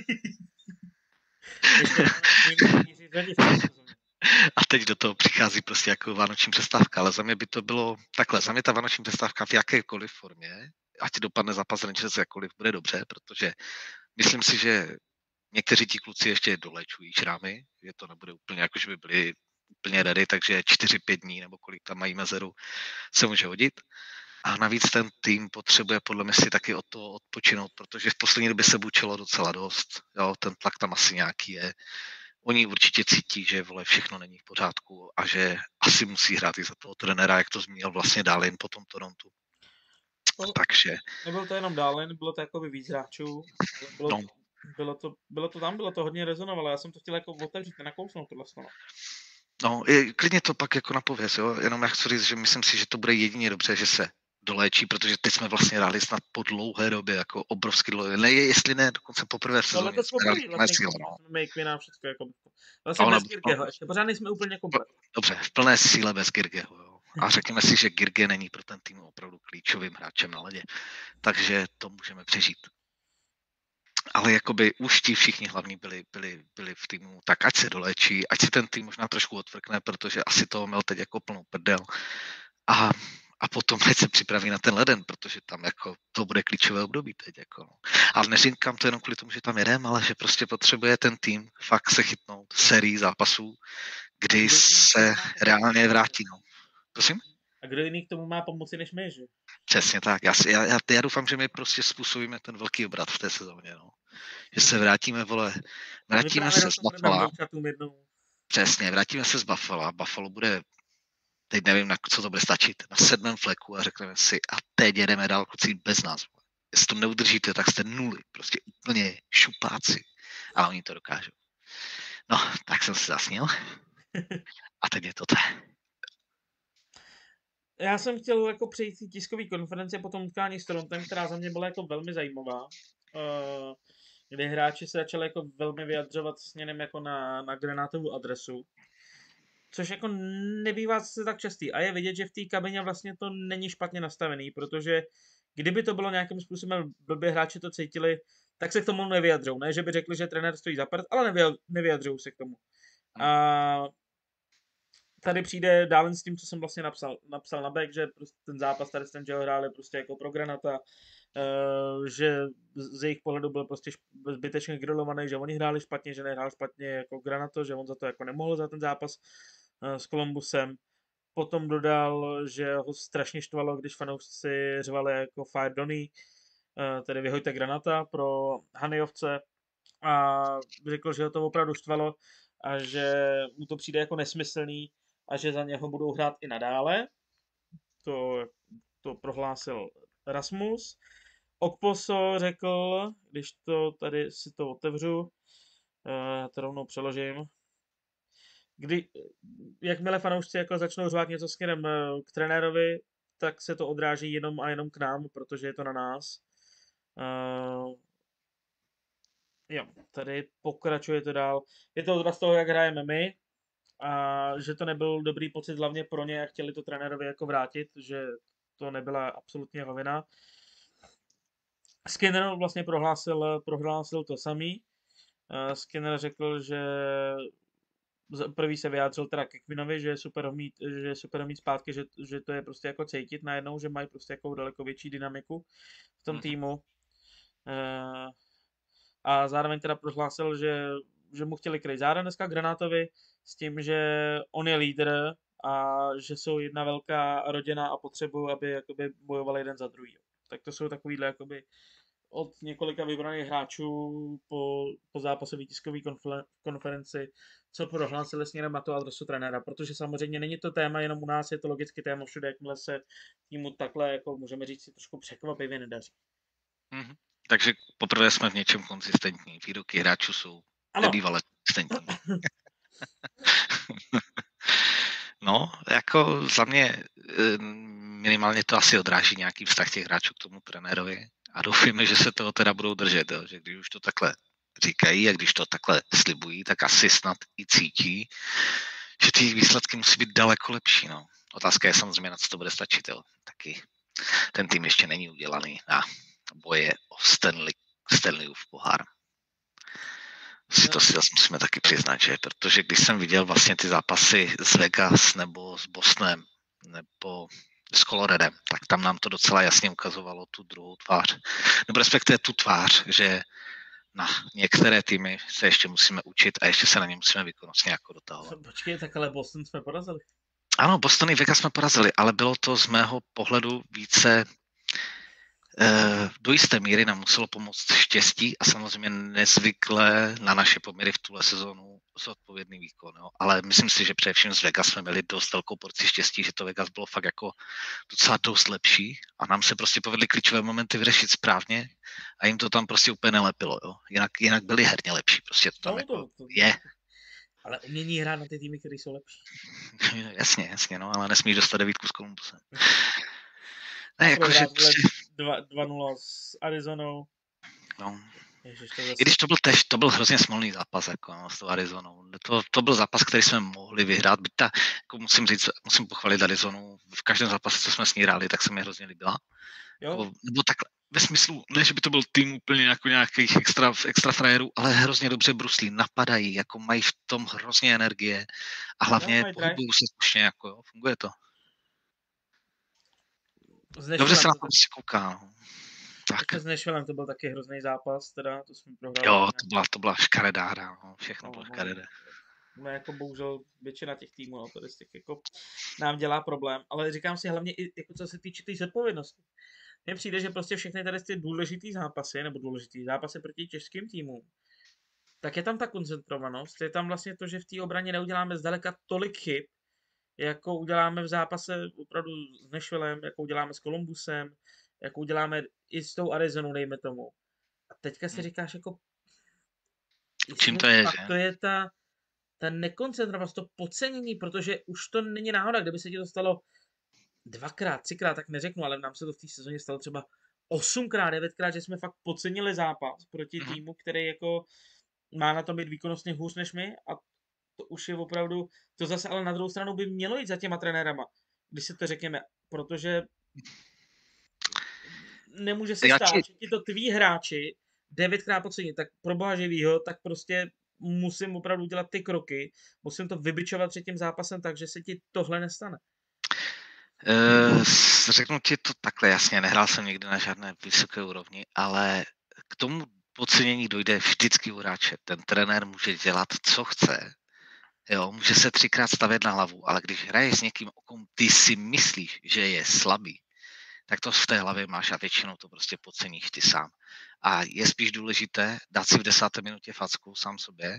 A teď do toho přichází prostě jako vánoční přestávka, ale za mě by to bylo takhle, za mě ta vánoční přestávka v jakékoliv formě, ať dopadne zápas Rangers jakkoliv, bude dobře, protože myslím si, že někteří ti kluci ještě dolečují šrámy, že to nebude úplně jako, že by byli úplně ready, takže čtyři pět dní nebo kolik tam mají mezeru, se může hodit. A navíc ten tým potřebuje podle mě si taky od toho odpočinout, protože v poslední době se bučilo docela dost. Jo, ten tlak tam asi nějaký je. Oni určitě cítí, že vole, všechno není v pořádku a že asi musí hrát i za toho trenéra, jak to zmínil vlastně dál jen po tom Torontu. No, takže... Nebylo to jenom Dálin, bylo to jako by víc hráčů, ale bylo, no. to, bylo, to, bylo to tam, bylo to hodně rezonovalo, já jsem to chtěl jako otevřít, nakousnout tohle slovo. No, je, klidně to pak jako napověz, jo, jenom já chci říct, že myslím si, že to bude jedině dobře, že se doléčí, protože teď jsme vlastně hráli snad po dlouhé době, jako obrovsky dlouhé, ne, jestli ne, dokonce poprvé v sezóně. Ale to jsme hráli vlastně, síle, no. Jsme všechno jako, vlastně bez Girgeho, ještě pořád nejsme úplně komplet. Dobře, v plné síle bez Girgeho, jo. A řekněme si, že Girge není pro ten tým opravdu klíčovým hráčem na ledě, takže to můžeme přežít. Ale jakoby už ti všichni hlavní byli, byli, byli v týmu, tak ať se doléčí, ať si ten tým možná trošku odvrkne, protože asi toho měl teď jako plnou prdel. A, a potom ať se připraví na ten leden, protože tam jako to bude klíčové období teď. Jako. A neříkám to jenom kvůli tomu, že tam jedem, ale že prostě potřebuje ten tým fakt se chytnout sérii zápasů, kdy se reálně vrátí. No. Prosím? A kdo jiný k tomu má pomoci než my, že? Přesně tak. Já, já, já, já doufám, že my prostě způsobíme ten velký obrat v té sezóně. No. Že se vrátíme, vole, vrátíme se z Buffalo. Přesně, vrátíme se z Buffalo. Buffalo bude, teď nevím, na co to bude stačit, na sedmém fleku a řekneme si, a teď jedeme dál, kluci, bez nás. Vole. Jestli to neudržíte, tak jste nuly. Prostě úplně šupáci. A oni to dokážou. No, tak jsem se zasnil. A teď je to to. Já jsem chtěl jako přejít si tiskový konference po tom utkání s Torontem, která za mě byla jako velmi zajímavá, kde hráči se začali jako velmi vyjadřovat směrem jako na, na granátovou adresu, což jako nebývá se tak častý. A je vidět, že v té kabině vlastně to není špatně nastavený, protože kdyby to bylo nějakým způsobem blbě hráči to cítili, tak se k tomu nevyjadřou. Ne, že by řekli, že trenér stojí za prd, ale nevyjadřou se k tomu. A tady přijde Dálin s tím, co jsem vlastně napsal, napsal na back, že prostě ten zápas tady s ten, že ho hráli prostě jako pro Granata, uh, že z jejich pohledu byl prostě zbytečně grilovaný, že oni hráli špatně, že nehrál špatně jako Granato, že on za to jako nemohl za ten zápas uh, s Columbusem. Potom dodal, že ho strašně štvalo, když fanoušci řvali jako Fire Donny, uh, tedy vyhojte Granata pro Hanejovce, a řekl, že ho to opravdu štvalo a že mu to přijde jako nesmyslný a že za něho budou hrát i nadále. To, to prohlásil Rasmus. Okposo řekl, když to tady si to otevřu, to rovnou přeložím, kdy, jakmile fanoušci jako začnou řvát něco směrem k trenérovi, tak se to odráží jenom a jenom k nám, protože je to na nás. Uh, jo, tady pokračuje to dál. Je to odraz toho, jak hrajeme my, a že to nebyl dobrý pocit hlavně pro ně a chtěli to trenérovi jako vrátit, že to nebyla absolutně jeho vina. Skinner vlastně prohlásil, prohlásil to samý. Skinner řekl, že první se vyjádřil teda ke Quinovi, že je super ho mít, že je super ho mít zpátky, že, že to je prostě jako cítit najednou, že mají prostě jako daleko větší dynamiku v tom týmu. A zároveň teda prohlásil, že, že mu chtěli kryt záda dneska Granátovi s tím, že on je lídr a že jsou jedna velká rodina a potřebují, aby jakoby bojovali jeden za druhý. Tak to jsou takovýhle jakoby od několika vybraných hráčů po, po zápasové tiskové konferenci, co prohlásili směrem na tu adresu trenéra, protože samozřejmě není to téma jenom u nás, je to logicky téma všude, jakmile se týmu takhle, jako můžeme říct, si trošku překvapivě nedaří. Mm-hmm. Takže poprvé jsme v něčem konzistentní. Výroky hráčů jsou nebývalé konzistentní. No, jako za mě eh, minimálně to asi odráží nějaký vztah těch hráčů k tomu trenérovi a doufujeme, že se toho teda budou držet, jo? Že když už to takhle říkají a když to takhle slibují, tak asi snad i cítí, že ty výsledky musí být daleko lepší. No. Otázka je samozřejmě, na co to bude stačit. Jo? Taky ten tým ještě není udělaný na boje o Stanley, Stanleyův pohár. Si to si zase musíme taky přiznat, že? Protože když jsem viděl vlastně ty zápasy z Vegas nebo s Bostonem nebo s Coloradem, tak tam nám to docela jasně ukazovalo tu druhou tvář. Nebo respektive tu tvář, že na některé týmy se ještě musíme učit a ještě se na ně musíme výkonnostně jako dotahovat. Počkej, tak ale Boston jsme porazili. Ano, Boston i Vegas jsme porazili, ale bylo to z mého pohledu více eh, do jisté míry nám muselo pomoct štěstí a samozřejmě nezvykle na naše poměry v tuhle sezónu zodpovědný výkon. Jo. Ale myslím si, že především z Vegas jsme měli dost velkou porci štěstí, že to Vegas bylo fakt jako docela dost lepší a nám se prostě povedly klíčové momenty vyřešit správně a jim to tam prostě úplně nelepilo. Jo. Jinak, jinak byli herně lepší. Prostě to tam No, jako to, to, je. Ale umění hrát na ty týmy, které jsou lepší. Jasně, jasně, no, ale nesmíš dostat devítku s Columbusem. Ne, jako, že Prohrát, vole, prostě, dva- dva nula s Arizonou. no, Ježiš, to zase... i když to byl tež, to byl hrozně smolný zápas, jako, no, s tou Arizonou. To, to byl zápas, který jsme mohli vyhrát, byť ta, jako musím říct, musím pochválit Arizonu, v každém zápase, co jsme s ní hráli, tak se mi hrozně líbila. Jo, Jako, nebo takhle, ve smyslu, ne, že by to byl tým úplně jako nějakých extra, extra frajerů, ale hrozně dobře bruslí, napadají, jako mají v tom hrozně energie a Jo, hlavně mají drive. pohybují se slušně, jako jo, funguje to. s Dobře se Nashvillem na to, to prostě kouká, no. Tak. ještě s Nashvillem to byl taky hrozný zápas, teda, to jsme prohráli. Jo, nějak. to byla, to byla škaredá hra, no. Všechno No, bylo no. škaredé. No, jako bohužel většina těch týmů, no, tady těch jako nám dělá problém, ale říkám si hlavně i jako co se týče té zodpovědnosti. Mně přijde, že prostě všechny tady ty důležitý zápasy, nebo důležitý zápasy proti těžkým týmům, tak je tam ta koncentrovanost, je tam vlastně to, že v té obraně neuděláme zdaleka tolik chyb, jako uděláme v zápase opravdu s Nashvillem, jako uděláme s Columbusem, jako uděláme i s tou Arizonou, dejme tomu. A teďka si Hmm. říkáš jako... Čím to je, fakt že? To je ta, ta nekoncentrovanost, to podcenění, protože už to není náhoda, kdyby se ti to stalo dvakrát, třikrát, tak neřeknu, ale nám se to v té sezóně stalo třeba osmkrát, devětkrát, že jsme fakt podcenili zápas proti Mhm. týmu, který jako má na tom být výkonnostně hůř než my a to už je opravdu, to zase ale na druhou stranu by mělo jít za těma trenérama, když si to řekněme, protože nemůže se Já stát, ti- že ti to tví hráči devětkrát podcenit, tak pro boha živýho, tak prostě musím opravdu dělat ty kroky, musím to vybičovat před tím zápasem tak, že se ti tohle nestane. Eh, s- řeknu ti to takhle jasně, nehrál jsem nikdy na žádné vysoké úrovni, ale k tomu podcenění dojde vždycky u hráče. Ten trenér může dělat, co chce, jo, může se třikrát stavět na hlavu, ale když hraješ s někým, o kom ty si myslíš, že je slabý, tak to v té hlavě máš a většinou to prostě podceníš ty sám. A je spíš důležité dát si v desáté minutě facku sám sobě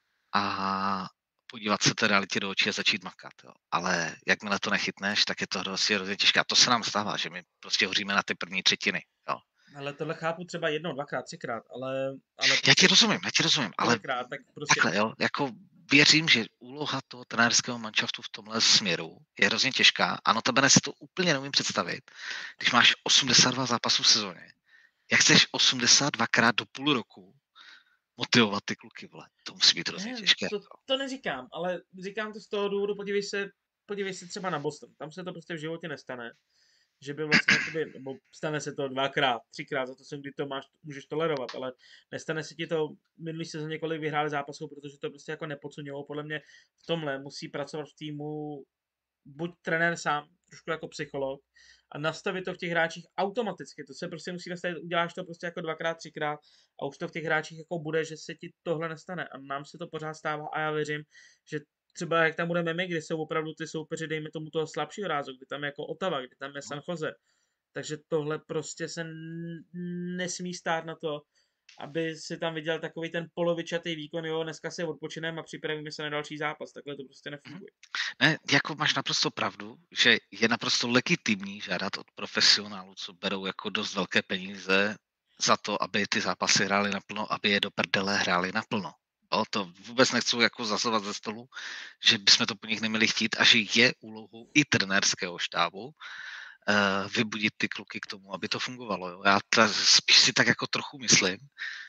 a podívat se té realitě do očí a začít makat. Jo. Ale jakmile to nechytneš, tak je to hrozně, hrozně těžké. A to se nám stává, že my prostě hoříme na ty první třetiny. Jo. Ale tohle chápu třeba jednou, dvakrát, třikrát, ale... ale Já ti rozumím, já ti rozumím, ale kolikrát, tak prostě... takhle, jo, jako věřím, že úloha toho trenérského manšaftu v tomhle směru je hrozně těžká a notabene si to úplně neumím představit, když máš osmdesát dva zápasů v sezóně. Jak chceš osmdesát dvakrát do půl roku motivovat ty kluky, vole. To musí být hrozně Ne, těžké. to, to neříkám, ale říkám to z toho důvodu, podívej se, podívej se třeba na Boston. Tam se to prostě v životě nestane. Že by vlastně, jakoby, nebo stane se to dvakrát, třikrát, za to jsem, kdy to máš, můžeš tolerovat, ale nestane se ti to minulý sezóně, kolik vyhráli zápasů, protože to prostě jako nepodsuňují. Podle mě v tomhle musí pracovat v týmu buď trenér sám, trošku jako psycholog, a nastavit to v těch hráčích automaticky. To se prostě musí nastavit, uděláš to prostě jako dvakrát, třikrát a už to v těch hráčích jako bude, že se ti tohle nestane. A nám se to pořád stává a já věřím, že třeba jak tam budeme my, kdy jsou opravdu ty soupeři, dejme tomu toho slabšího rázu, kdy tam je jako Ottawa, kdy tam je San Jose. Takže tohle prostě se n- nesmí stát na to, aby si tam viděl takový ten polovičatý výkon, jo, dneska se odpočineme a připravíme se na další zápas. Takhle to prostě nefunguje. Ne, jako máš naprosto pravdu, že je naprosto legitimní žádat od profesionálů, co berou jako dost velké peníze za to, aby ty zápasy hráli naplno, aby je do prdele hráli naplno. Jo, to vůbec nechci jako zasovat ze stolu, že bychom to po nich neměli chtít a že je úlohou i trenérského štábu uh, vybudit ty kluky k tomu, aby to fungovalo. Jo. Já ta, spíš si tak jako trochu myslím,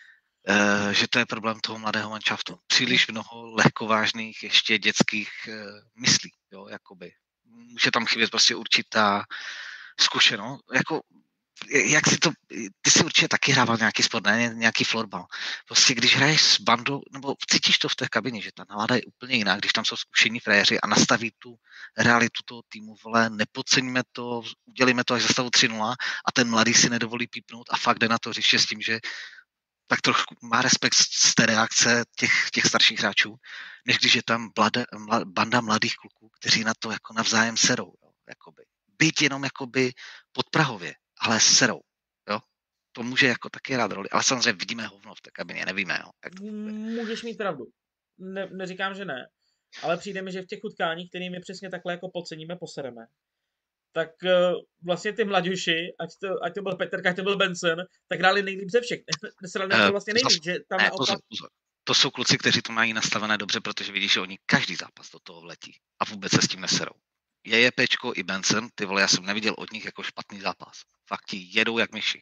uh, že to je problém toho mladého manšaftu. Příliš mnoho lehkovážných ještě dětských uh, myslí, jo, jakoby. Může tam chybět prostě určitá zkušenost, jako jak si to, ty si určitě taky hrával nějaký sport, ne, nějaký florbal. Prostě když hraješ s bandou, nebo cítíš to v té kabině, že ta nálada je úplně jiná, když tam jsou zkušení frajeři a nastaví tu realitu toho týmu, vole, nepodceňme to, udělíme to až za stavu tři nula a ten mladý si nedovolí pípnout a fakt jde na to hřiště s tím, že tak trochu má respekt z té reakce těch, těch starších hráčů, než když je tam blade, mla, banda mladých kluků, kteří na to jako navzájem serou, jo, jakoby. Být jenom jakoby podprahově, ale serou, jo. To může jako taky hrát roli, ale samozřejmě vidíme hovno v té kabině, nevíme, jo. Jak to Můžeš mít pravdu. Ne, neříkám, že ne, ale přijde mi, že v těch utkáních, kterými přesně takhle jako podceníme, posereme, tak uh, vlastně ty mladěši, ať to, ať to byl Petr, ať to byl Benson, tak hráli nejlíp ze všech. Nesrali uh, vlastně nejlíp, že tam ne, naopak... pozor, pozor. To jsou kluci, kteří to mají nastavené dobře, protože vidíš, že oni každý zápas do toho vletí a vůbec se s tím neserou. JJPčko i Benson, ty vole, já jsem neviděl od nich jako špatný zápas. Fakt ti jedou jak myši.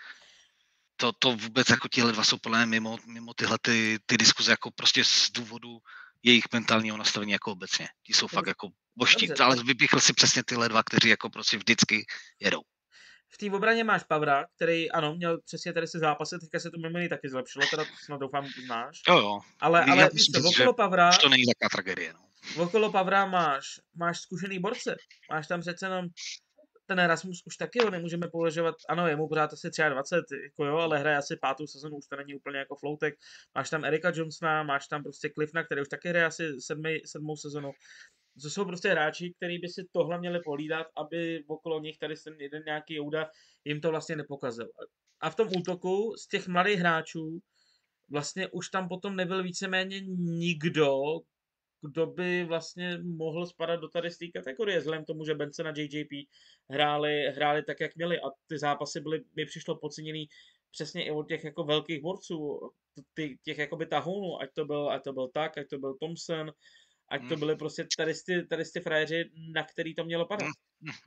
To, to vůbec jako tihle dva jsou podle mě mimo, mimo tyhle ty, ty diskuze jako prostě z důvodu jejich mentálního nastavení jako obecně. Ti jsou fakt jako boští, ale vypíchl si přesně tyhle dva, kteří jako prostě vždycky jedou. V té obraně máš Pavra, který ano, měl přesně tady se zápasy, teďka se to mimo jiný taky zlepšilo, teda snad doufám uznáš. Jo jo. Ale, ale víš co, okolo Pavra... Už to není taková tragédie, no. Okolo Pavra máš, máš zkušený borce. Máš tam přece jenom ten Erasmus už taky ho nemůžeme považovat, ano, je mu pořád asi dvacet tři, jako jo, ale hraje asi pátou sezonu, už to není úplně jako floutek. Máš tam Erika Johnsona, máš tam prostě Cliffna, který už taky hraje asi sedmi, sedmou sezonu. To jsou prostě hráči, kteří by si tohle měli polídat, aby okolo nich tady ten jeden nějaký Jouda jim to vlastně nepokazil. A v tom útoku z těch mladých hráčů vlastně už tam potom nebyl víceméně nikdo, kdo by vlastně mohl spadat do tady z té kategorie, vzhledem tomu, že Benson a J J P hráli, hráli tak, jak měli a ty zápasy byly, mi přišlo podceněný přesně i od těch jako velkých borců, ty, těch jakoby tahounů, ať to byl, ať to byl tak, ať to byl Thompson, ať to byly prostě tady ty, tady ty frajeři, na který to mělo padat.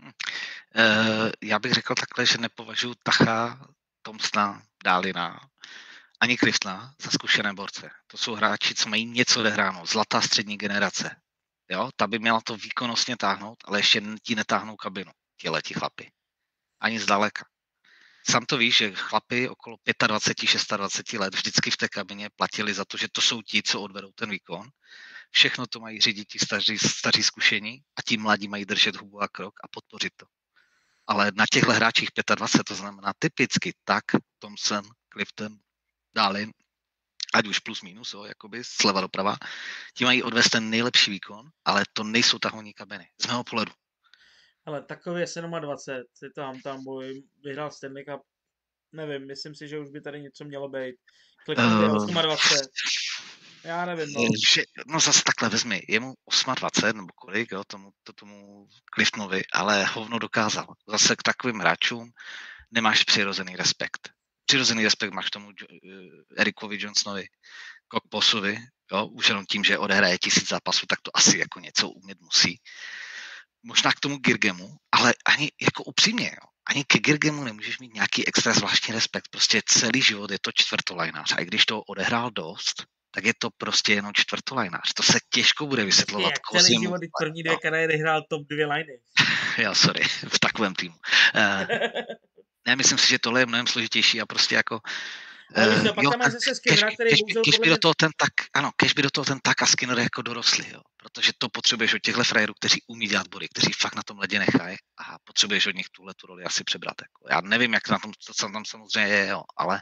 Uh, já bych řekl takhle, že nepovažuji Tacha, Thompsona, Dálina ani Cliftona za zkušené borce. To jsou hráči, co mají něco odehráno. Zlatá střední generace. Jo? Ta by měla to výkonnostně táhnout, ale ještě ti netáhnou kabinu. Tihleti chlapi. Ani zdaleka. Sám to víš, že chlapi okolo dvacet pět, dvacet šest let vždycky v té kabině platili za to, že to jsou ti, co odvedou ten výkon. Všechno to mají řídit ti staří, staří zkušení a ti mladí mají držet hubu a krok a podpořit to. Ale na těchto hráčích dvacet pět, to znamená typicky tak, Thompson, Clifton, Dálin, ať už plus minus, jo, jakoby sleva doprava, ti mají odvést ten nejlepší výkon, ale to nejsou tahouní kabiny, z mého pohledu. Ale takový je dvacet sedm, tam, tam boj, vyhrál Stanley Cup, nevím, myslím si, že už by tady něco mělo být. Clifton uh, dvacet osm. Já nevím, no. Že, no zase takhle vezmi, je mu dvacet osm nebo kolik, jo, tomu, to, tomu Cliftonovi, ale hovno dokázal. Zase k takovým hráčům nemáš přirozený respekt. Přirozený respekt máš tomu uh, Erikovi Johnsonovi, Kokposovi, jo, už jenom tím, že odehraje tisíc zápasů, tak to asi jako něco umět musí. Možná k tomu Girgemu, ale ani jako upřímně, jo, ani ke Girgemu nemůžeš mít nějaký extra zvláštní respekt. Prostě celý život je to čtvrtolajnář a i když to odehrál dost, tak je to prostě jenom čtvrtolajnář. To se těžko bude vysvětlovat. Jak celý život, když první dvě kariéry hrál top dvě liny. Jo, sorry, v takovém týmu. Uh, ne, myslím si, že tohle je mnohem složitější a prostě jako ale víš, no, pak tam máš zase Skinnera, který bohužel podle mě... do toho ten tak, ano, kež by do toho ten tak a Skinner jako dorostli, jo. Protože to potřebuješ od těchto frajerů, kteří umí dělat body, kteří fakt na tom ledě nechají a potřebuješ od nich tuhle tu roli asi přebrat. Jako. Já nevím, jak na tom, co tam samozřejmě je, jo, ale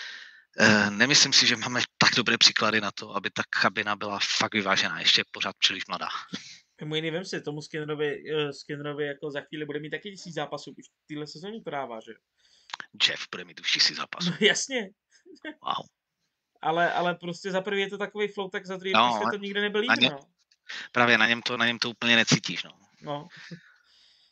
uh, nemyslím si, že máme tak dobré příklady na to, aby ta kabina byla fakt vyvážená, ještě pořád příliš mladá. Mimo jiný, vem si, tomu Skinnerovi, uh, Skinnerovi jako za chvíli bude mít taky tisíc zápasů, už týhle sezóně to dává, že? Jeff bude mít už tisíc zápasů. No jasně. Wow. Ale, ale prostě za prvý je to takový flow, tak za druhý no, to nikdy nebyl líp, no. Právě na něm, to, na něm to úplně necítíš, no. No.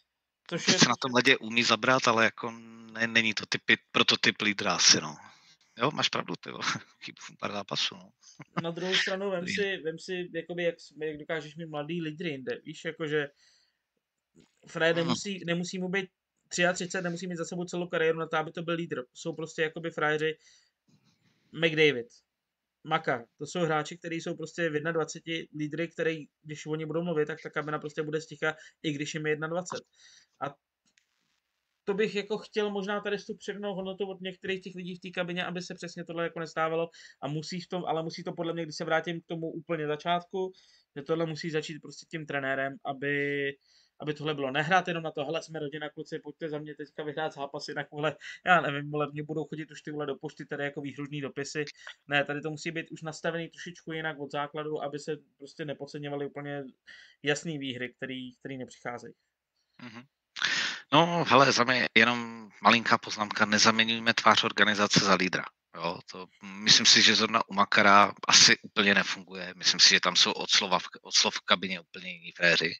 Což je... se na tom ledě umí zabrat, ale jako ne, není to typy, prototyp lídra asi, no. Jo, máš pravdu, ty chybí pár zápasů. No. Na druhou stranu, vem si, vem si jakoby, jak, jak dokážeš mít mladý lídry jinde. Víš, jakože Fred Mm, nemusí, nemusí mu být třicet tři, nemusí mít za sebou celou kariéru na to, aby to byl lídr. Jsou prostě jakoby frajeři McDavid, Maka. To jsou hráči, kteří jsou prostě v jednadvaceti lídry, který, když oni budou mluvit, tak ta kabina prostě bude sticha, i když jim je dvacet jedna. A to bych jako chtěl možná tady tu přednou hodnotu od některých těch lidí v té kabině, aby se přesně tohle jako nestávalo a musí v tom, ale musí to podle mě, když se vrátím k tomu úplně začátku, že tohle musí začít prostě tím trenérem, aby, aby tohle bylo nehrát jenom na to, hele, jsme rodina, kluci, pojďte za mě teďka vyhrát zápas, jinak vole, já nevím, vole, mě budou chodit už ty vole do pošty tady jako výhružný dopisy. Ne, tady to musí být už nastavený trošičku jinak od základu, aby se prostě nepodceňovaly úplně jasný výhry, který, který nepřicházejí. mm-hmm. No, hele, za mě jenom malinká poznámka, nezaměňujme tvář organizace za lídra. Jo, to, myslím si, že zrovna u Makara asi úplně nefunguje. Myslím si, že tam jsou od, slova v, od slov v kabině úplně jiní fréři.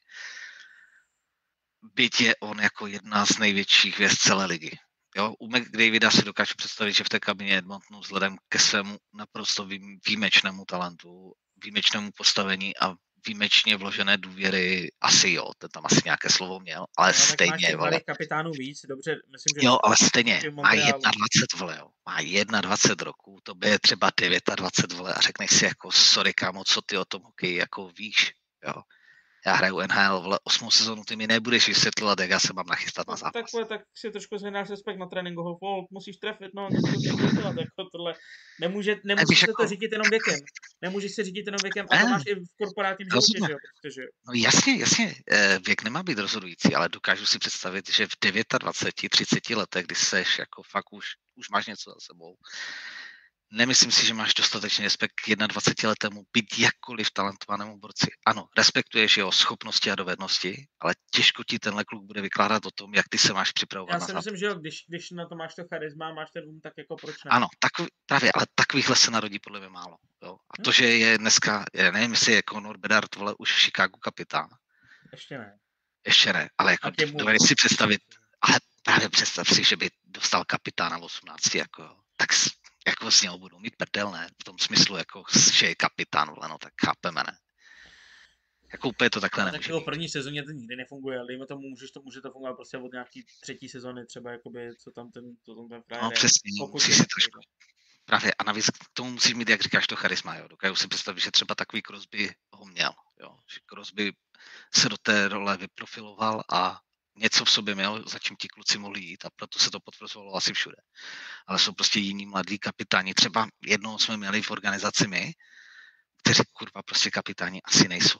Byť je on jako jedna z největších hvězd celé ligy. Jo, u McDavida si dokážu představit, že v té kabině Edmontonu vzhledem ke svému naprosto výjimečnému talentu, výjimečnému postavení a výjimečně vložené důvěry, asi jo, ten tam asi nějaké slovo měl, ale no, stejně, vole. Kapitánů víc, dobře, myslím, že... Jo, ale stejně, má dvacet jedna, vole, jo, má dvacet jedna roků, to by je třeba dvacet devět, vole, a řekneš si jako, sorry kámo, co ty o tom hokeji jako víš, jo. Já hraju N H L, vole, osmou sezonu, ty mi nebudeš vysvětlovat, jak já se mám nachystat na zápas. Tak, tak si trošku zvedáš respekt na tréninku, oh, musíš trefit, no, něco musíš dělat, jako tohle. Nemůže, nemůže se jako... to řídit jenom věkem. Nemůžeš se řídit jenom věkem, a to máš i v korporátním životě, že jo, protože... No jasně, jasně, věk nemá být rozhodující, ale dokážu si představit, že v dvaceti devíti, třiceti letech, kdy seš jako fakt už, už máš něco za sebou, nemyslím si, že máš dostatečný respekt k jednadvacetiletému, být jakkoliv talentovanému borci. Ano, respektuješ jeho schopnosti a dovednosti, ale těžko ti tenhle kluk bude vykládat o tom, jak ty se máš připravovat. Já si myslím, že jo, když, když na to máš to charisma, máš ten um, tak jako proč ne? Ano, takový, právě, ale takovýchhle se narodí podle mě málo. Jo. A to, hmm. že je dneska, já nevím, jestli je Connor Bedard, vole, už v Chicagu kapitán. Ještě ne. Ještě ne, ale jako dovedeš si představit, ale právě představ si, že by dostal kapitána v osmnácti, jako, tak jako s něho budou mít prdel, ne? V tom smyslu, jako, že je kapitán, vole, no tak chápeme, ne? Jako úplně to takhle nemůže. Tak v první sezóně to nikdy nefunguje, ale dejme tomu, můžeš to, může to fungovat prostě od nějaký třetí sezóny, třeba jakoby, co tam ten, co tam ten frajer. No přesně, musíš si trošku. Právě a navíc k tomu musíš mít, jak říkáš, to charisma, jo. Dokážu si představit, že třeba takový Crosby ho měl, jo. Že Crosby se do té role vyprofiloval a něco v sobě měl, za čím ti kluci mohli jít a proto se to potvrzovalo asi všude. Ale jsou prostě jiní mladí kapitáni. Třeba jednoho jsme měli v organizaci my, kteří kurva prostě kapitáni asi nejsou.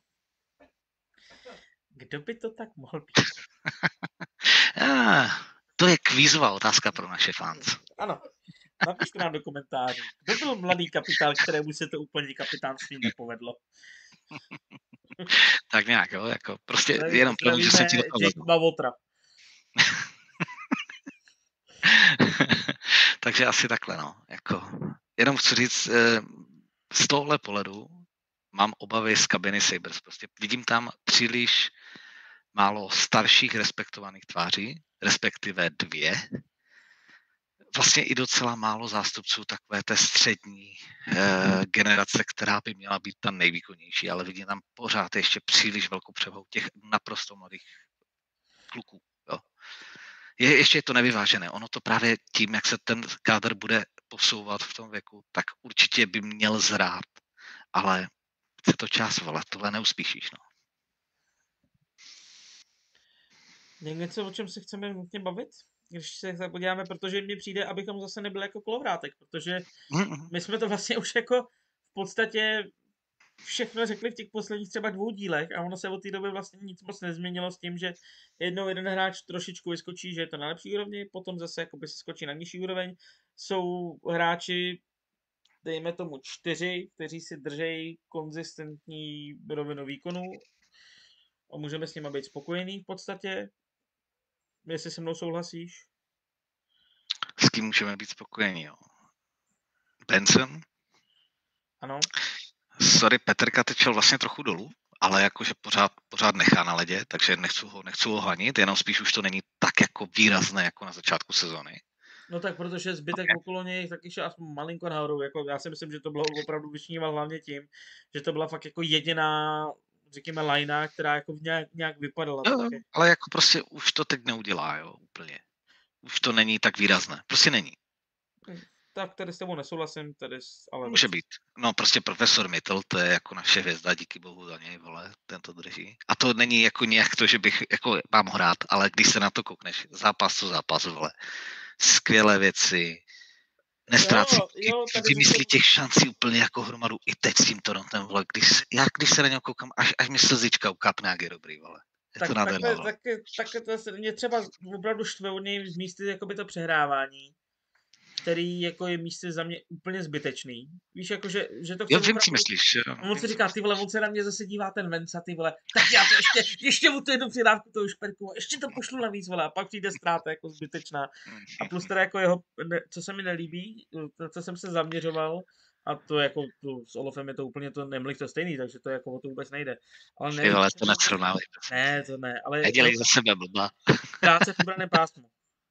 Kdo by to tak mohl být? ah, to je kvízová otázka pro naše fans. Ano, napište nám do komentářů. Kdo byl mladý kapitán, kterému se to úplně kapitánství nepovedlo? Tak nějak, jo, jako prostě Zdraví, jenom proto, že se ti dopadlo. Takže asi takhle, no, jako, jenom chci říct, z tohle pohledu mám obavy z kabiny Sabres, prostě vidím tam příliš málo starších respektovaných tváří, respektive dvě, vlastně i docela málo zástupců takové té střední eh, generace, která by měla být ta nejvýkonnější, ale vidím tam pořád ještě příliš velkou převahu těch naprosto mladých kluků. Jo. Je, ještě je to nevyvážené. Ono to právě tím, jak se ten kádr bude posouvat v tom věku, tak určitě by měl zrát, ale chce to čas, vole, tohle neuspíšíš, no. Je něco, o čem se chceme nutně bavit? Když se tak podíváme, protože mně přijde, abychom zase nebyli jako kolovrátek, protože my jsme to vlastně už jako v podstatě všechno řekli v těch posledních třeba dvou dílech a ono se od té doby vlastně nic moc nezměnilo s tím, že jednou jeden hráč trošičku vyskočí, že je to na lepší úrovni, potom zase jakoby se skočí na nižší úroveň. Jsou hráči, dejme tomu čtyři, kteří si držejí konzistentní rovinu výkonu a můžeme s nimi být spokojení v podstatě. Jestli se mnou souhlasíš? S kým můžeme být spokojení, jo? Benson? Ano. Sorry, Petrka tečel vlastně trochu dolů, ale jakože pořád, pořád nechá na ledě, takže nechci ho, nechci ho hanit, jenom spíš už to není tak jako výrazné jako na začátku sezony. No tak protože zbytek okolo něj taky šel aspoň malinko nahoru, jako já si myslím, že to bylo opravdu vyšníval hlavně tím, že to byla fakt jako jediná, řekněme, lajna, která jako nějak, nějak vypadala Jo, prostě. ale jako prostě už to teď neudělá, jo, úplně. Už to není tak výrazné. Prostě není. Tak tady s tebou nesouhlasím, tady s, ale Může dobře. být. No prostě profesor Mittel, to je jako naše hvězda, díky bohu za něj, vole, ten to drží. A to není jako nějak to, že bych, jako mám ho rád, ale když se na to koukneš, zápas co zápas, vole, skvělé věci, nestrácí, Jo, jo, tady vymyslí zase- těch šancí úplně jako hromadu i teď s tím Torontem, vole, když, já když se na něho koukám, až, až mi slzička ukapne, jak je dobrý, vole. Je tak, to nádherná, takhle, vole. tak, tak to se mě třeba opravdu štve od něj z místy jakoby to přehrávání, který jako je místy za mě úplně zbytečný. Víš, jako že, že to chce Jo, vím, co opravdu... myslíš. Jo, On vím, si co říká, myslíš. ty vole, on se na mě zase dívá ten Venca, ty vole, tak já to ještě, ještě mu tu jednu přidávku toho šperku, ještě to pošlu navíc, vole, a pak přijde ztráta jako zbytečná. A plus teda jako jeho, ne, co se mi nelíbí, to, co jsem se zaměřoval, a to jako tu, s Olofem je to úplně to nemlich to stejný, takže to jako o to vůbec nejde. Ale Ty nelíbí vole, se to mi- nesrovnávej. Ne, to ne, ale Nedělej za sebe, blbá. práce v obraném pásmu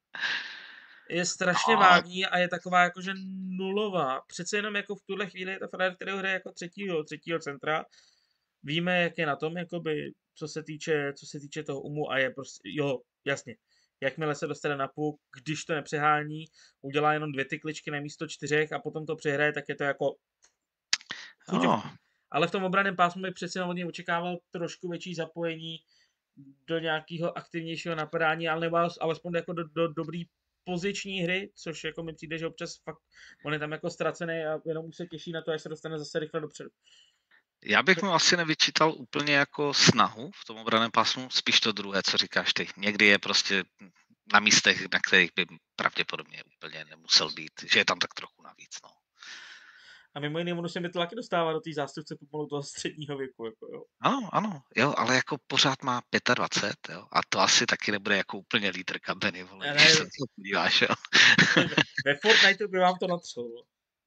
je strašně No. vágní a je taková jakože nulová. Přece jenom jako v tuhle chvíli je to frajer, který hraje jako třetího, třetího centra. Víme, jak je na tom, jakoby, co se týče, co se týče toho umu a je prostě, jo, jasně. Jakmile se dostane na puk, když to nepřehání, udělá jenom dvě ty kličky na místo čtyřech a potom to přehraje, tak je to jako chuťovka. No. Ale v tom obraném pásmu bych přeci jenom od něj očekával trošku větší zapojení do nějakého aktivnějšího napadání, ale nebo alespoň jako do, do dobrý poziční hry, což jako mi přijde, že občas fakt on je tam jako ztracený a jenom už se těší na to, až se dostane zase rychle dopředu. Já bych mu asi nevyčítal úplně jako snahu v tom obraném pásmu, spíš to druhé, co říkáš ty. Někdy je prostě na místech, na kterých by pravděpodobně úplně nemusel být, že je tam tak trochu navíc, no. A mimo jiné, on už se mi to taky dostává do té zástupce pomalu toho středního věku. Jako, jo. Ano, ano, jo, ale jako pořád má dvacet pět, jo, a to asi taky nebude jako úplně lídr kabiny, vole, Ne, když ne. se to podíváš, jo. Ve, ve Fortniteu by vám to natřelo.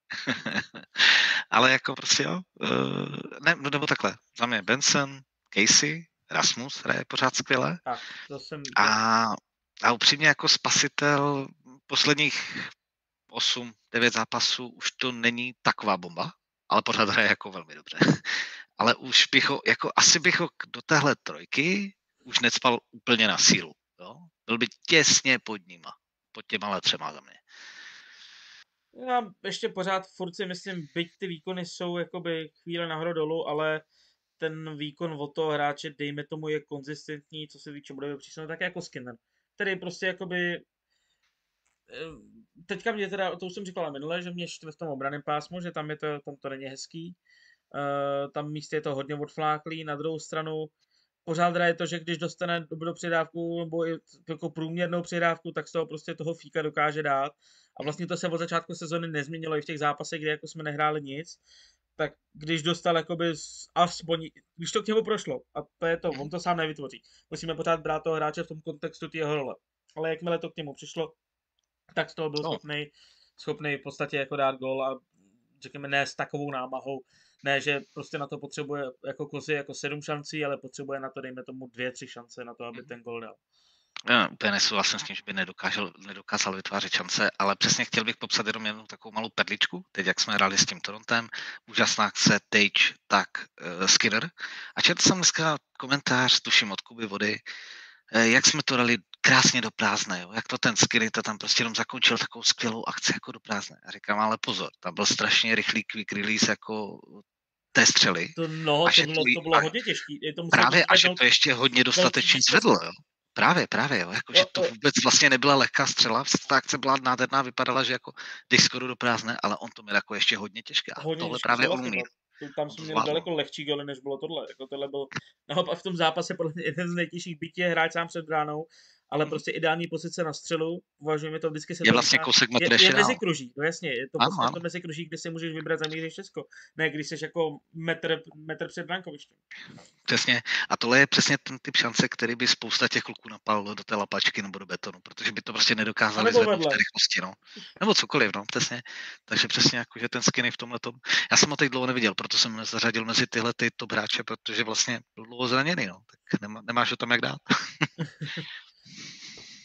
Ale jako prostě jo, uh, ne, no nebo takhle, za mě Benson, Casey, Rasmus hraje pořád skvěle Tak, to jsem... a, a upřímně jako spasitel posledních osm devět zápasů už to není taková bomba, ale pořád hraje jako velmi dobře. Ale už bych ho, jako asi bych ho do téhle trojky už necpal úplně na sílu, jo. Byl by těsně pod nima, pod těma třema za mě. Já ještě pořád furt si myslím, byť ty výkony jsou jakoby chvíle nahoru dolů, ale ten výkon od toho hráče, dejme tomu, je konzistentní, co se týče bodového přísunu, tak jako Skinner. Který prostě jakoby eh, teďka mě teda, to už jsem říkala minule, že mě štve v tom obraném pásmu, že tam je to, tam to není hezký. Uh, tam místě je to hodně odfláklý, na druhou stranu pořád je to, že když dostane dobrou přidávku nebo i jako průměrnou přidávku, tak z toho prostě toho fíka dokáže dát. A vlastně to se od začátku sezóny nezměnilo i v těch zápasech, kde jako jsme nehráli nic. Tak když dostal jakoby aspoň, když to k němu prošlo, a to je to, on to sám nevytvoří. Musíme pořád brát toho hráče v tom kontextu té jeho role. Ale jakmile to k němu přišlo, tak z toho byl No. schopný, schopný v podstatě jako dát gol a řekněme ne s takovou námahou. Ne, že prostě na to potřebuje jako kozy jako sedm šancí, ale potřebuje na to, dejme tomu, dvě, tři šance na to, aby ten gol dal. Já úplně nesouhlasím s tím, že by nedokázal, nedokázal vytvářet šance, ale přesně chtěl bych popsat jenom jednu takovou malou perličku, teď jak jsme hráli s tím Torontem, úžasná akce, Tage, tak uh, Skinner. A četl jsem dneska komentář, tuším od Kuby Vody, uh, jak jsme to dali krásně do prázdne, jo? Jak to ten Skinner to tam prostě jenom zakončil takovou skvělou akci jako do prázdne. A říkám, ale pozor, tam byl strašně rychlý quick release jako té střely. To, no, A že to bylo, to- to bylo a- hodně těžký. Je to muselo Právě, být a že velký- to ještě hodně dostatečně výsledek. zvedlo, jo. Právě, právě, jo. Jako, že Jo, to jo. vůbec vlastně nebyla lehká střela, ta akce byla nádherná, vypadala, že jako jdeš skoro do prázdne, ale on to měl jako ještě hodně těžké. A Hodně tohle těžký, právě on souhlasím, umí. no. Tam On jsme to měli zvládl. daleko lehčí goly, než bylo tohle. Jako tohle byl naopak v tom zápase podle mě jeden z nejtěžších, byť je hráč sám před bránou, ale Mhm. prostě ideální pozice na střelu, považujeme to vždycky se Je to vlastně říká- kousek metr je, ještě je dál. mezi kruží, no jasně, je to Ano, vlastně ano. to mezi kruží, kde si můžeš vybrat zamířit Česko. Ne, když jsi jako metr, metr před brankovištěm. Přesně. A tohle je přesně ten typ šance, který by spousta těch kluků napal do té lapačky nebo do betonu, protože by to prostě nedokázali Nebo zvednout v vedle. té rychlosti, no. Nebo cokoliv, no, přesně. Takže přesně jako, že ten Skinny v tomhle tom. Já jsem ho teď dlouho neviděl, proto jsem ho zařadil mezi tyhle ty top hráče, protože vlastně byl dlouho zraněný, no. Tak nemá, nemáš ho tam jak dát.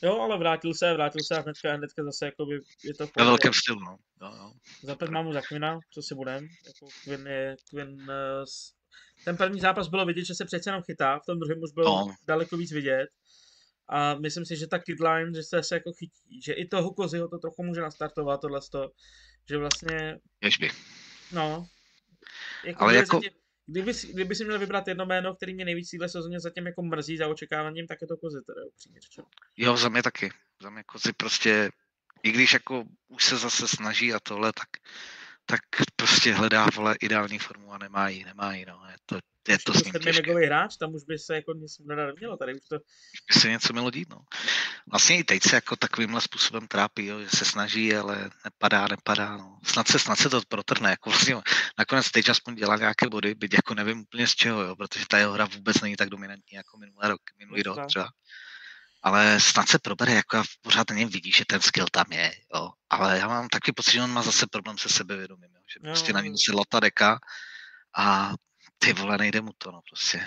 Jo, ale vrátil se, vrátil se a hnedka, hnedka zase jakoby je to v Ve pohodě. velkém stylu, no. Jo, jo. Zapět mám za Quina, co si budem. Jako Quinn je, Quinn, eh, s- ten první zápas bylo vidět, že se přece jenom chytá, v tom druhém už bylo No, daleko víc vidět. A myslím si, že ta kidline, že se, se jako chytí, že i toho Kozyho to trochu může nastartovat, tohle že vlastně, ježby. no, jako Ale kdo je jako, zatím, kdyby, si- kdyby si měl vybrat jedno jméno, který mě nejvíc téhle sezóně zatím jako mrzí za očekáváním, tak je to Kozy, teda upřímně řečeno. jo, za mě taky. Za mě Kozy prostě, i když jako už se zase snaží a tohle, tak, tak prostě hledá, vole, ideální formu a nemá ji, nemá ji, no. Je to, je to s ním těžké. Sedmimegový hráč, tam už by se jako nic nemělo, tady už to... Už by se něco mělo dít, no. Vlastně i teď se jako takovýmhle způsobem trápí, jo, že se snaží, ale nepadá, nepadá, no. Snad se, snad se to protrhne, jako vlastně nakonec teď aspoň dělá nějaké body, byť jako nevím úplně z čeho, jo, protože ta jeho hra vůbec není tak dominantní jako minulý rok, minulý rok třeba. Ale snad se probere, jako já pořád na něm vidí, že ten skill tam je, jo. Ale já mám taky pocit, že on má zase problém se sebevědomím, jo. Že prostě Jo, na něm jo. sedla ta deka a ty vole, nejde mu to, no prostě.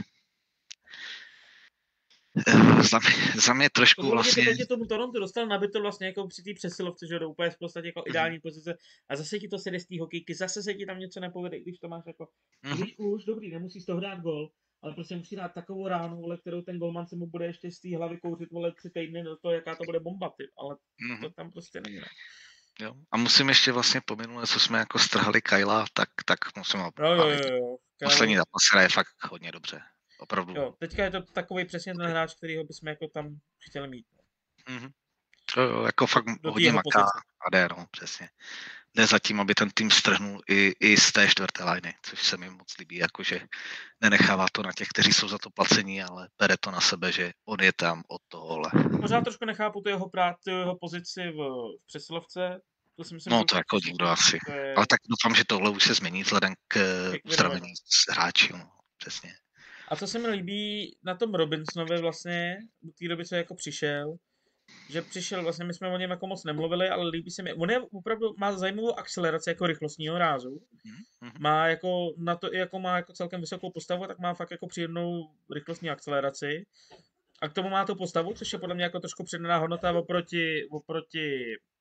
Eh, Za mě, za mě To trošku bylo vlastně... vlastně... Teď je tomu Toronto dostal nabito vlastně jako při té přesilovce, že do úplně v podstatě jako Mhm. ideální pozice a zase ti to sede z té hokejky, zase se ti tam něco nepovede, i když to máš jako, Mhm. když už, dobrý, nemusíš to hrát gol, ale prostě musí dát takovou ránu, vole, kterou ten golman se mu bude ještě z té hlavy kouřit, vole, tři týdny do toho, jaká to bude bomba, ty, ale Mhm. to tam prostě není, ne. Jo. A musím ještě vlastně po minule, co jsme jako strhali Kyla, tak, tak musím ho Jo, jo, pochválit. jo, jo. Poslední zápas hraje fakt hodně dobře. Opravdu. Jo, teďka je to takový přesně ten hráč, kterýho bychom jako tam chtěli mít. Mhm. Jo, jo, jako fakt do té hodně jeho maká pozice. a jde, no, přesně. Jde zatím, aby ten tým strhnul i, i z té čtvrté liney, což se mi moc líbí, jakože nenechává to na těch, kteří jsou za to placení, ale bere to na sebe, že on je tam od tohohle. Pořád trošku nechápu tu jeho, prát, tu jeho pozici v, v přesilovce. To si myslím, No že to jako nikdo asi. to je... Ale tak doufám, že tohle už se změní vzhledem k K uzdravení hráči, no, přesně. A co se mi líbí na tom Robinsonovi vlastně, do té doby, co jako přišel, že přišel, vlastně my jsme o něm jako moc nemluvili, ale líbí se mi, on je opravdu, má zajímavou akceleraci jako rychlostního rázu, Mhm. má jako, na to i jako má jako celkem vysokou postavu, tak má fakt jako příjemnou rychlostní akceleraci. A k tomu má tu postavu, což je podle mě jako trošku předaná hodnota oproti, oproti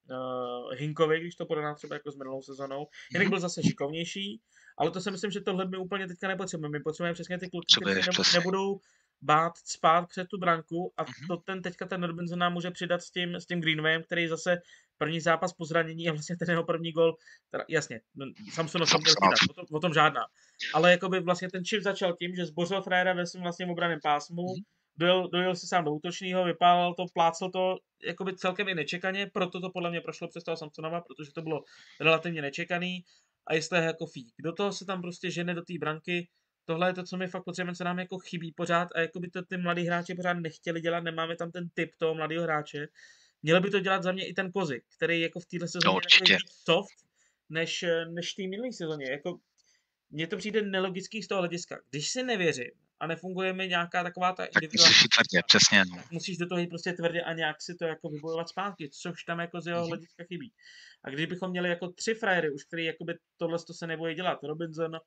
uh, Hinkovi, když to porovná třeba jako s minulou sezónou. Hinek byl zase šikovnější, ale to si myslím, že tohle my úplně teďka nepotřebujeme. My potřebujeme přesně ty kluky, kteří se ne, nebudou bát spát před tu branku a Mhm. to ten teďka ten Robinson nám může přidat s tím, s tím Greenwayem, který zase první zápas po zranění a vlastně ten jeho první gol, teda jasně, Samsonov to měl chytat, o tom, o tom žádná. Ale jakoby vlastně ten shift začal tím, že zbořil frajera ve svém vlastně obraném pásmu, Mhm. dojel, dojel si sám do útočního, vypálil to, plácel to jakoby celkem i nečekaně, proto to podle mě prošlo přes toho Samsonova, protože to bylo relativně nečekaný a jestli je jako fík. Do toho se tam prostě žene do té branky, tohle je to, co mi fakt potřebujeme, co nám jako chybí pořád a jako by to ty mladí hráči pořád nechtěli dělat, nemáme tam ten typ toho mladého hráče. Měl by to dělat za mě i ten Kozy, který jako v této sezóně je takový víc soft, než, než v té minulé sezóně. Jako, mně to přijde nelogický z toho hlediska. Když si nevěřím a nefunguje mi nějaká taková ta tak musíš jít tvrdě, přesně. No. Musíš do toho jít prostě tvrdě a nějak si to jako vybojovat zpátky, což tam jako z jeho Mhm. hlediska chybí. A když bychom měli jako tři frajery už, který jakoby tohle se nebojí dělat, Robinson,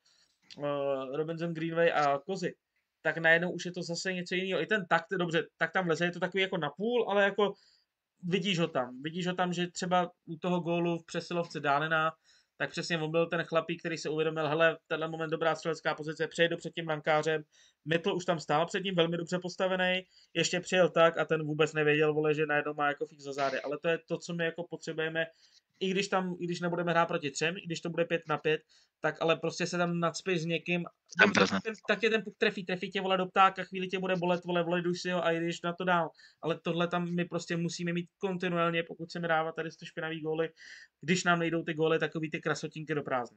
uh, Robinson, Greenway a Kozy, tak najednou už je to zase něco jiného. I ten tak, dobře, tak tam leze, je to takový jako napůl, ale jako vidíš ho tam. Vidíš ho tam, že třeba u toho gólu v přesilovce Dálina, tak přesně on byl ten chlapík, který se uvědomil, hele, v tenhle moment dobrá střelecká pozice, přejdu před tím brankářem, Metl už tam stál před ním, velmi dobře postavený, ještě přijel tak a ten vůbec nevěděl, vole, že najednou má jako fík za zády, ale to je to, co my jako potřebujeme, i když tam, i když nebudeme hrát proti třem, i když to bude pět na pět, tak ale prostě se tam nacpeš s někým, dobře, ten, tak tě ten puk trefí, trefí tě, vole, do ptáka, chvíli tě bude bolet, vole, vole, duš si ho a jdeš na to dál, ale tohle tam my prostě musíme mít kontinuálně, pokud chceme dávat tady sto špinavý góly, když nám nejdou ty góly, takový ty krasotinky do prázdna.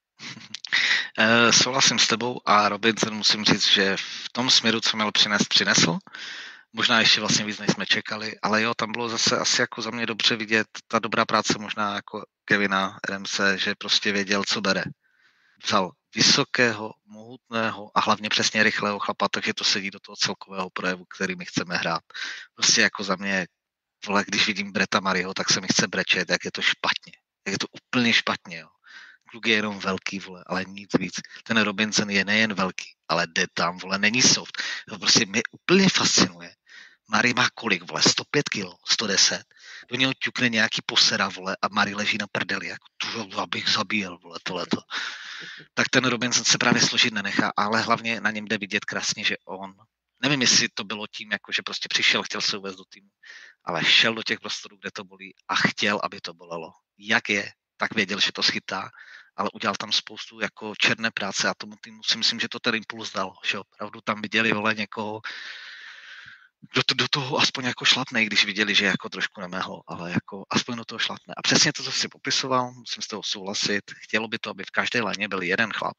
Uh, souhlasím s tebou a Robinson musím říct, že v tom směru, co měl přinést, přinesl. Možná ještě vlastně víc, než jsme čekali, ale jo, tam bylo zase asi jako za mě dobře vidět ta dobrá práce možná jako Kevina Adamse, že prostě věděl, co bere. Vzal vysokého, mohutného a hlavně přesně rychlého chlapa, takže to sedí do toho celkového projevu, který my chceme hrát. Prostě jako za mě, vole, když vidím Breta Mariho, tak se mi chce brečet, jak je to špatně. Jak je to úplně špatně, jo. Kluk je jenom velký, vole, ale nic víc. Ten Robinson je nejen velký, ale jde tam, vole, není soft. To prostě mě úplně fascinuje. Mari má kolik, vole, sto pět kilo, sto deset. Do něho ťukne nějaký posera, vole, a Mari leží na prdeli, jako tu abych zabíjel, vole, tohleto. Tak ten Robinson se právě složit nenechá, ale hlavně na něm jde vidět krásně, že on, nevím, jestli to bylo tím, jako že prostě přišel, chtěl se uvést do týmu, ale šel do těch prostorů, kde to bolí a chtěl, aby to bolelo. Jak je, tak věděl, že to schytá, ale udělal tam spoustu jako černé práce a tomu týmu si myslím, že to ten impuls dal, že opravdu tam viděli, vole, někoho, do, do toho aspoň jako šlapne, když viděli, že jako trošku nemehlo, ale jako aspoň do toho šlapne. A přesně to, co si popisoval, musím s toho souhlasit, chtělo by to, aby v každé léně byl jeden chlap,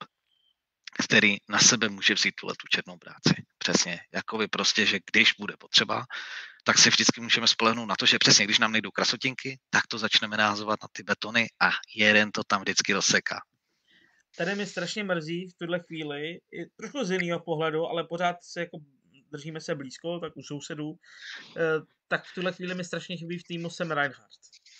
který na sebe může vzít tuhle tu černou práci. Přesně, jako by prostě, že když bude potřeba, tak si vždycky můžeme spolehnout na to, že přesně, když nám nejdou krasotinky, tak to začneme nahazovat na ty betony a jeden to tam vždycky rozseká. Tady mi strašně mrzí v tuhle chvíli, i trošku z jiného pohledu, ale pořád se jako držíme se blízko, tak u sousedů, tak v tuhle chvíli mi strašně chybí v týmu Sam Reinhardt.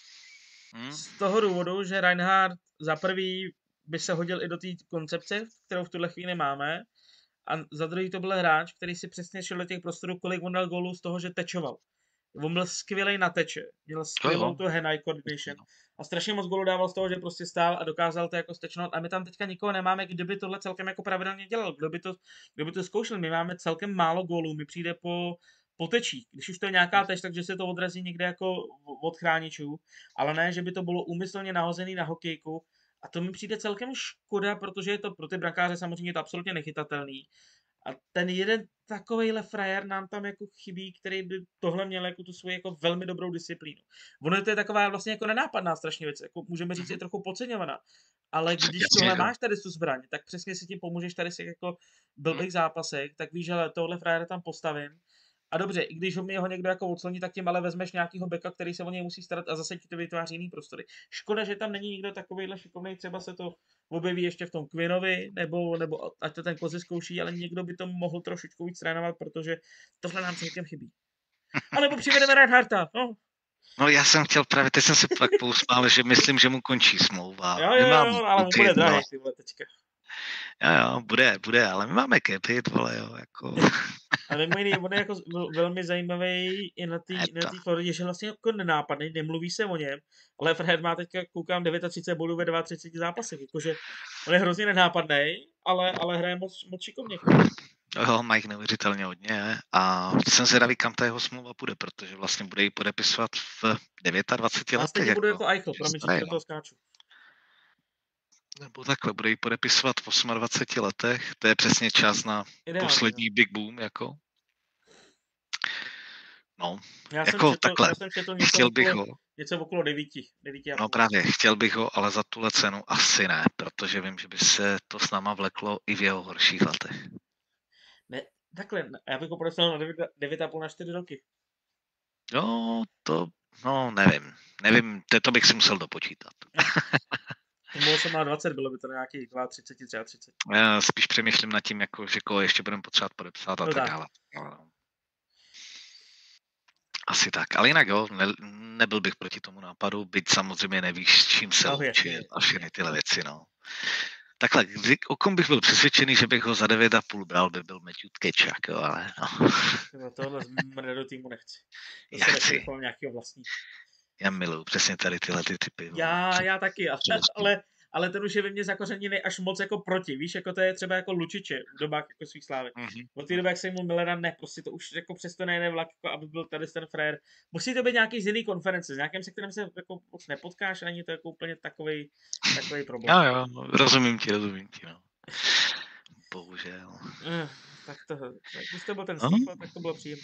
Hmm. Z toho důvodu, že Reinhardt za prvý by se hodil i do té koncepce, kterou v tuhle chvíli máme, a za druhý to byl hráč, který si přesně šel do těch prostorů, kolik on dal gólů z toho, že tečoval. On byl skvělej na teče, měl skvělou tu hand-eye coordination a strašně moc gólů dával z toho, že prostě stál a dokázal to jako stečnout a my tam teďka nikoho nemáme, kdo by tohle celkem jako pravidelně dělal, kdo by to, kdo by to zkoušel. My máme celkem málo gólů, mi přijde po, po tečích. Když už to je nějaká teč, takže se to odrazí někde jako od chráničů, ale ne, že by to bylo úmyslně nahozený na hokejku. A to mi přijde celkem škoda, protože je to pro ty brankáře samozřejmě to absolutně nechytatelný. A ten jeden takovejhle frajer nám tam jako chybí, který by tohle měl jako tu svoji jako velmi dobrou disciplínu. Ono to je taková vlastně jako nenápadná strašně věc, jako můžeme říct, je trochu podceňovaná. Ale když tohle máš tady tu zbraň, tak přesně si tím pomůžeš tady si jako blbých zápasech, tak víš, že tohle frajera tam postavím. A dobře, i když ho mi ho někdo jako odsloní, tak tím ale vezmeš nějakýho beka, který se o něj musí starat a zase ti to vytváří jiný prostory. Škoda, že tam není nikdo takovejhle šikovnej, třeba se to objeví ještě v tom Quinovi, nebo, nebo ať to ten Kozy zkouší, ale někdo by to mohl trošičku víc trénovat, protože tohle nám celkem chybí. A nebo přivedeme Reinhardta, no. No já jsem chtěl právě, teď jsem se pak pousmál, že myslím, že mu končí smlouva. Jo, jo, jo, ale mu bude drahý tyhle teďka. Jo, jo, bude, bude, ale my máme cap hit, vole, jo, jako... Ale mimo jiný, on je jako velmi zajímavý i na té Floridě, že vlastně jako nenápadný, nemluví se o něm, ale Fred má teďka, koukám, třicet devět bodů ve třicet dva zápasech, jakože on je hrozně nenápadný, ale, ale hraje moc, moc šikovně. Jo, Mike neuvěřitelně hodně a jsem zvědavý, kam ta jeho smlouva bude, protože vlastně bude ji podepisovat v dvaceti devíti letech. A stejně jako, bude jako Eichel, promiň, že do toho skáču. Nebo takhle, bude ji podepisovat v dvaceti osmi letech, to je přesně čas na Ideálně, poslední no. big boom, jako. No, já jako jsem takhle, já jsem něco chtěl bych okolo, ho. Něco okolo devíti, devíti No právě, chtěl bych ho, ale za tuhle cenu asi ne, protože vím, že by se to s náma vleklo i v jeho horších letech. Ne, takhle, já bych ho podepsal na devět a půl na čtyři roky. No, to, no nevím, nevím, to, to bych si musel dopočítat. Mohl jsem na dvacet, bylo by to nějakých třicet dva, třicet tři. Já spíš přemýšlím nad tím, jako, že koho ještě budeme potřebovat podepsat a no tak dále. Asi tak, ale jinak jo, ne, nebyl bych proti tomu nápadu, byť samozřejmě nevíš, s čím se no, učit a všechny tyhle věci, no. Takhle, kdy, o kom bych byl přesvědčený, že bych ho za devět a půl bral, by byl Matthew Tkečák, jo, ale no. No tohle mrde do týmu nechci. To já chci. Nějakého vlastní. Já miluju přesně tady tyhle ty typy. Já, já taky, ale, ale, ale ten už je ve mně zakořeněný až moc jako proti, víš, jako to je třeba jako Lučiče v dobách jako svých slávy. Mm-hmm. Od té doby, jak jsem mu Millera, ne, prostě to už jako přesto nejde vlak, jako aby byl tady ten frajer. Musí to být nějaký z jiný konference, s nějakým, se kterým se jako moc nepotkáš, není to jako úplně takovej, takovej problém. Jo, jo, rozumím ti, rozumím ti, no. Bohužel. Uh, tak to, tak když to byl ten Steve, tak to bylo příjemný.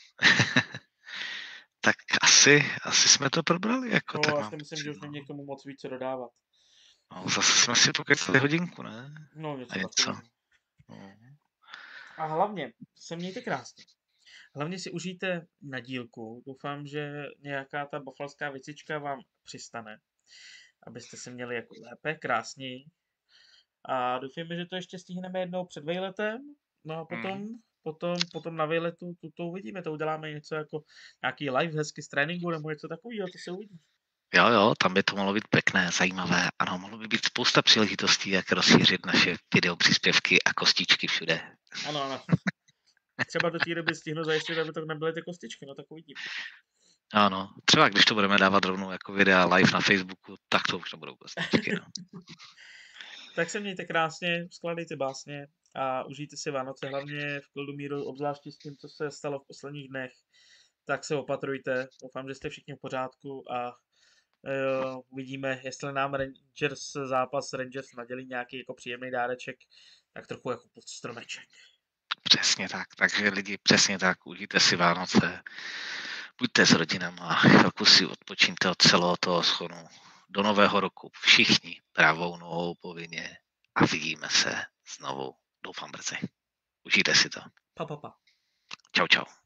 Tak asi, asi jsme to probrali. Jako, no, tak já si myslím, že už není někomu moc víc co dodávat. No, zase jsme si pokecali hodinku, ne? No, něco, něco. No. A hlavně se mějte krásně. Hlavně si užijte na dílku. Doufám, že nějaká ta bafalská věcička vám přistane, abyste se měli jako lépe, krásněji. A doufáme, že to ještě stihneme jednou před vejletem. No a potom... Mm. Potom, potom na vejletu to, to uvidíme, to uděláme něco jako nějaký live hezky z tréninku nebo něco takového, to se uvidí. Jo, jo, tam by to mohlo být pěkné, zajímavé, ano, mohlo by být spousta příležitostí, jak rozšířit naše video příspěvky a kostičky všude. Ano, ano. Třeba do té doby stihnu zajistit, aby to nebyly ty kostičky, no tak uvidím. Ano, třeba když to budeme dávat rovnou jako videa live na Facebooku, tak to už nebudou kostičky, no. Tak se mějte krásně, skladejte básně a užijte si Vánoce, hlavně v klidu míru, obzvláště s tím, co se stalo v posledních dnech. Tak se opatrujte, doufám, že jste všichni v pořádku a uh, uvidíme, jestli nám Rangers, zápas Rangers nadělí nějaký jako příjemný dáreček, tak trochu jako pod stromeček. Přesně tak, takže lidi, přesně tak, užijte si Vánoce, buďte s rodinama, chvilku si odpočíňte od celého toho schonu. Do nového roku všichni pravou nohou povinně a vidíme se znovu, doufám brzy. Užijte si to. Pa, pa, pa. Čau, čau.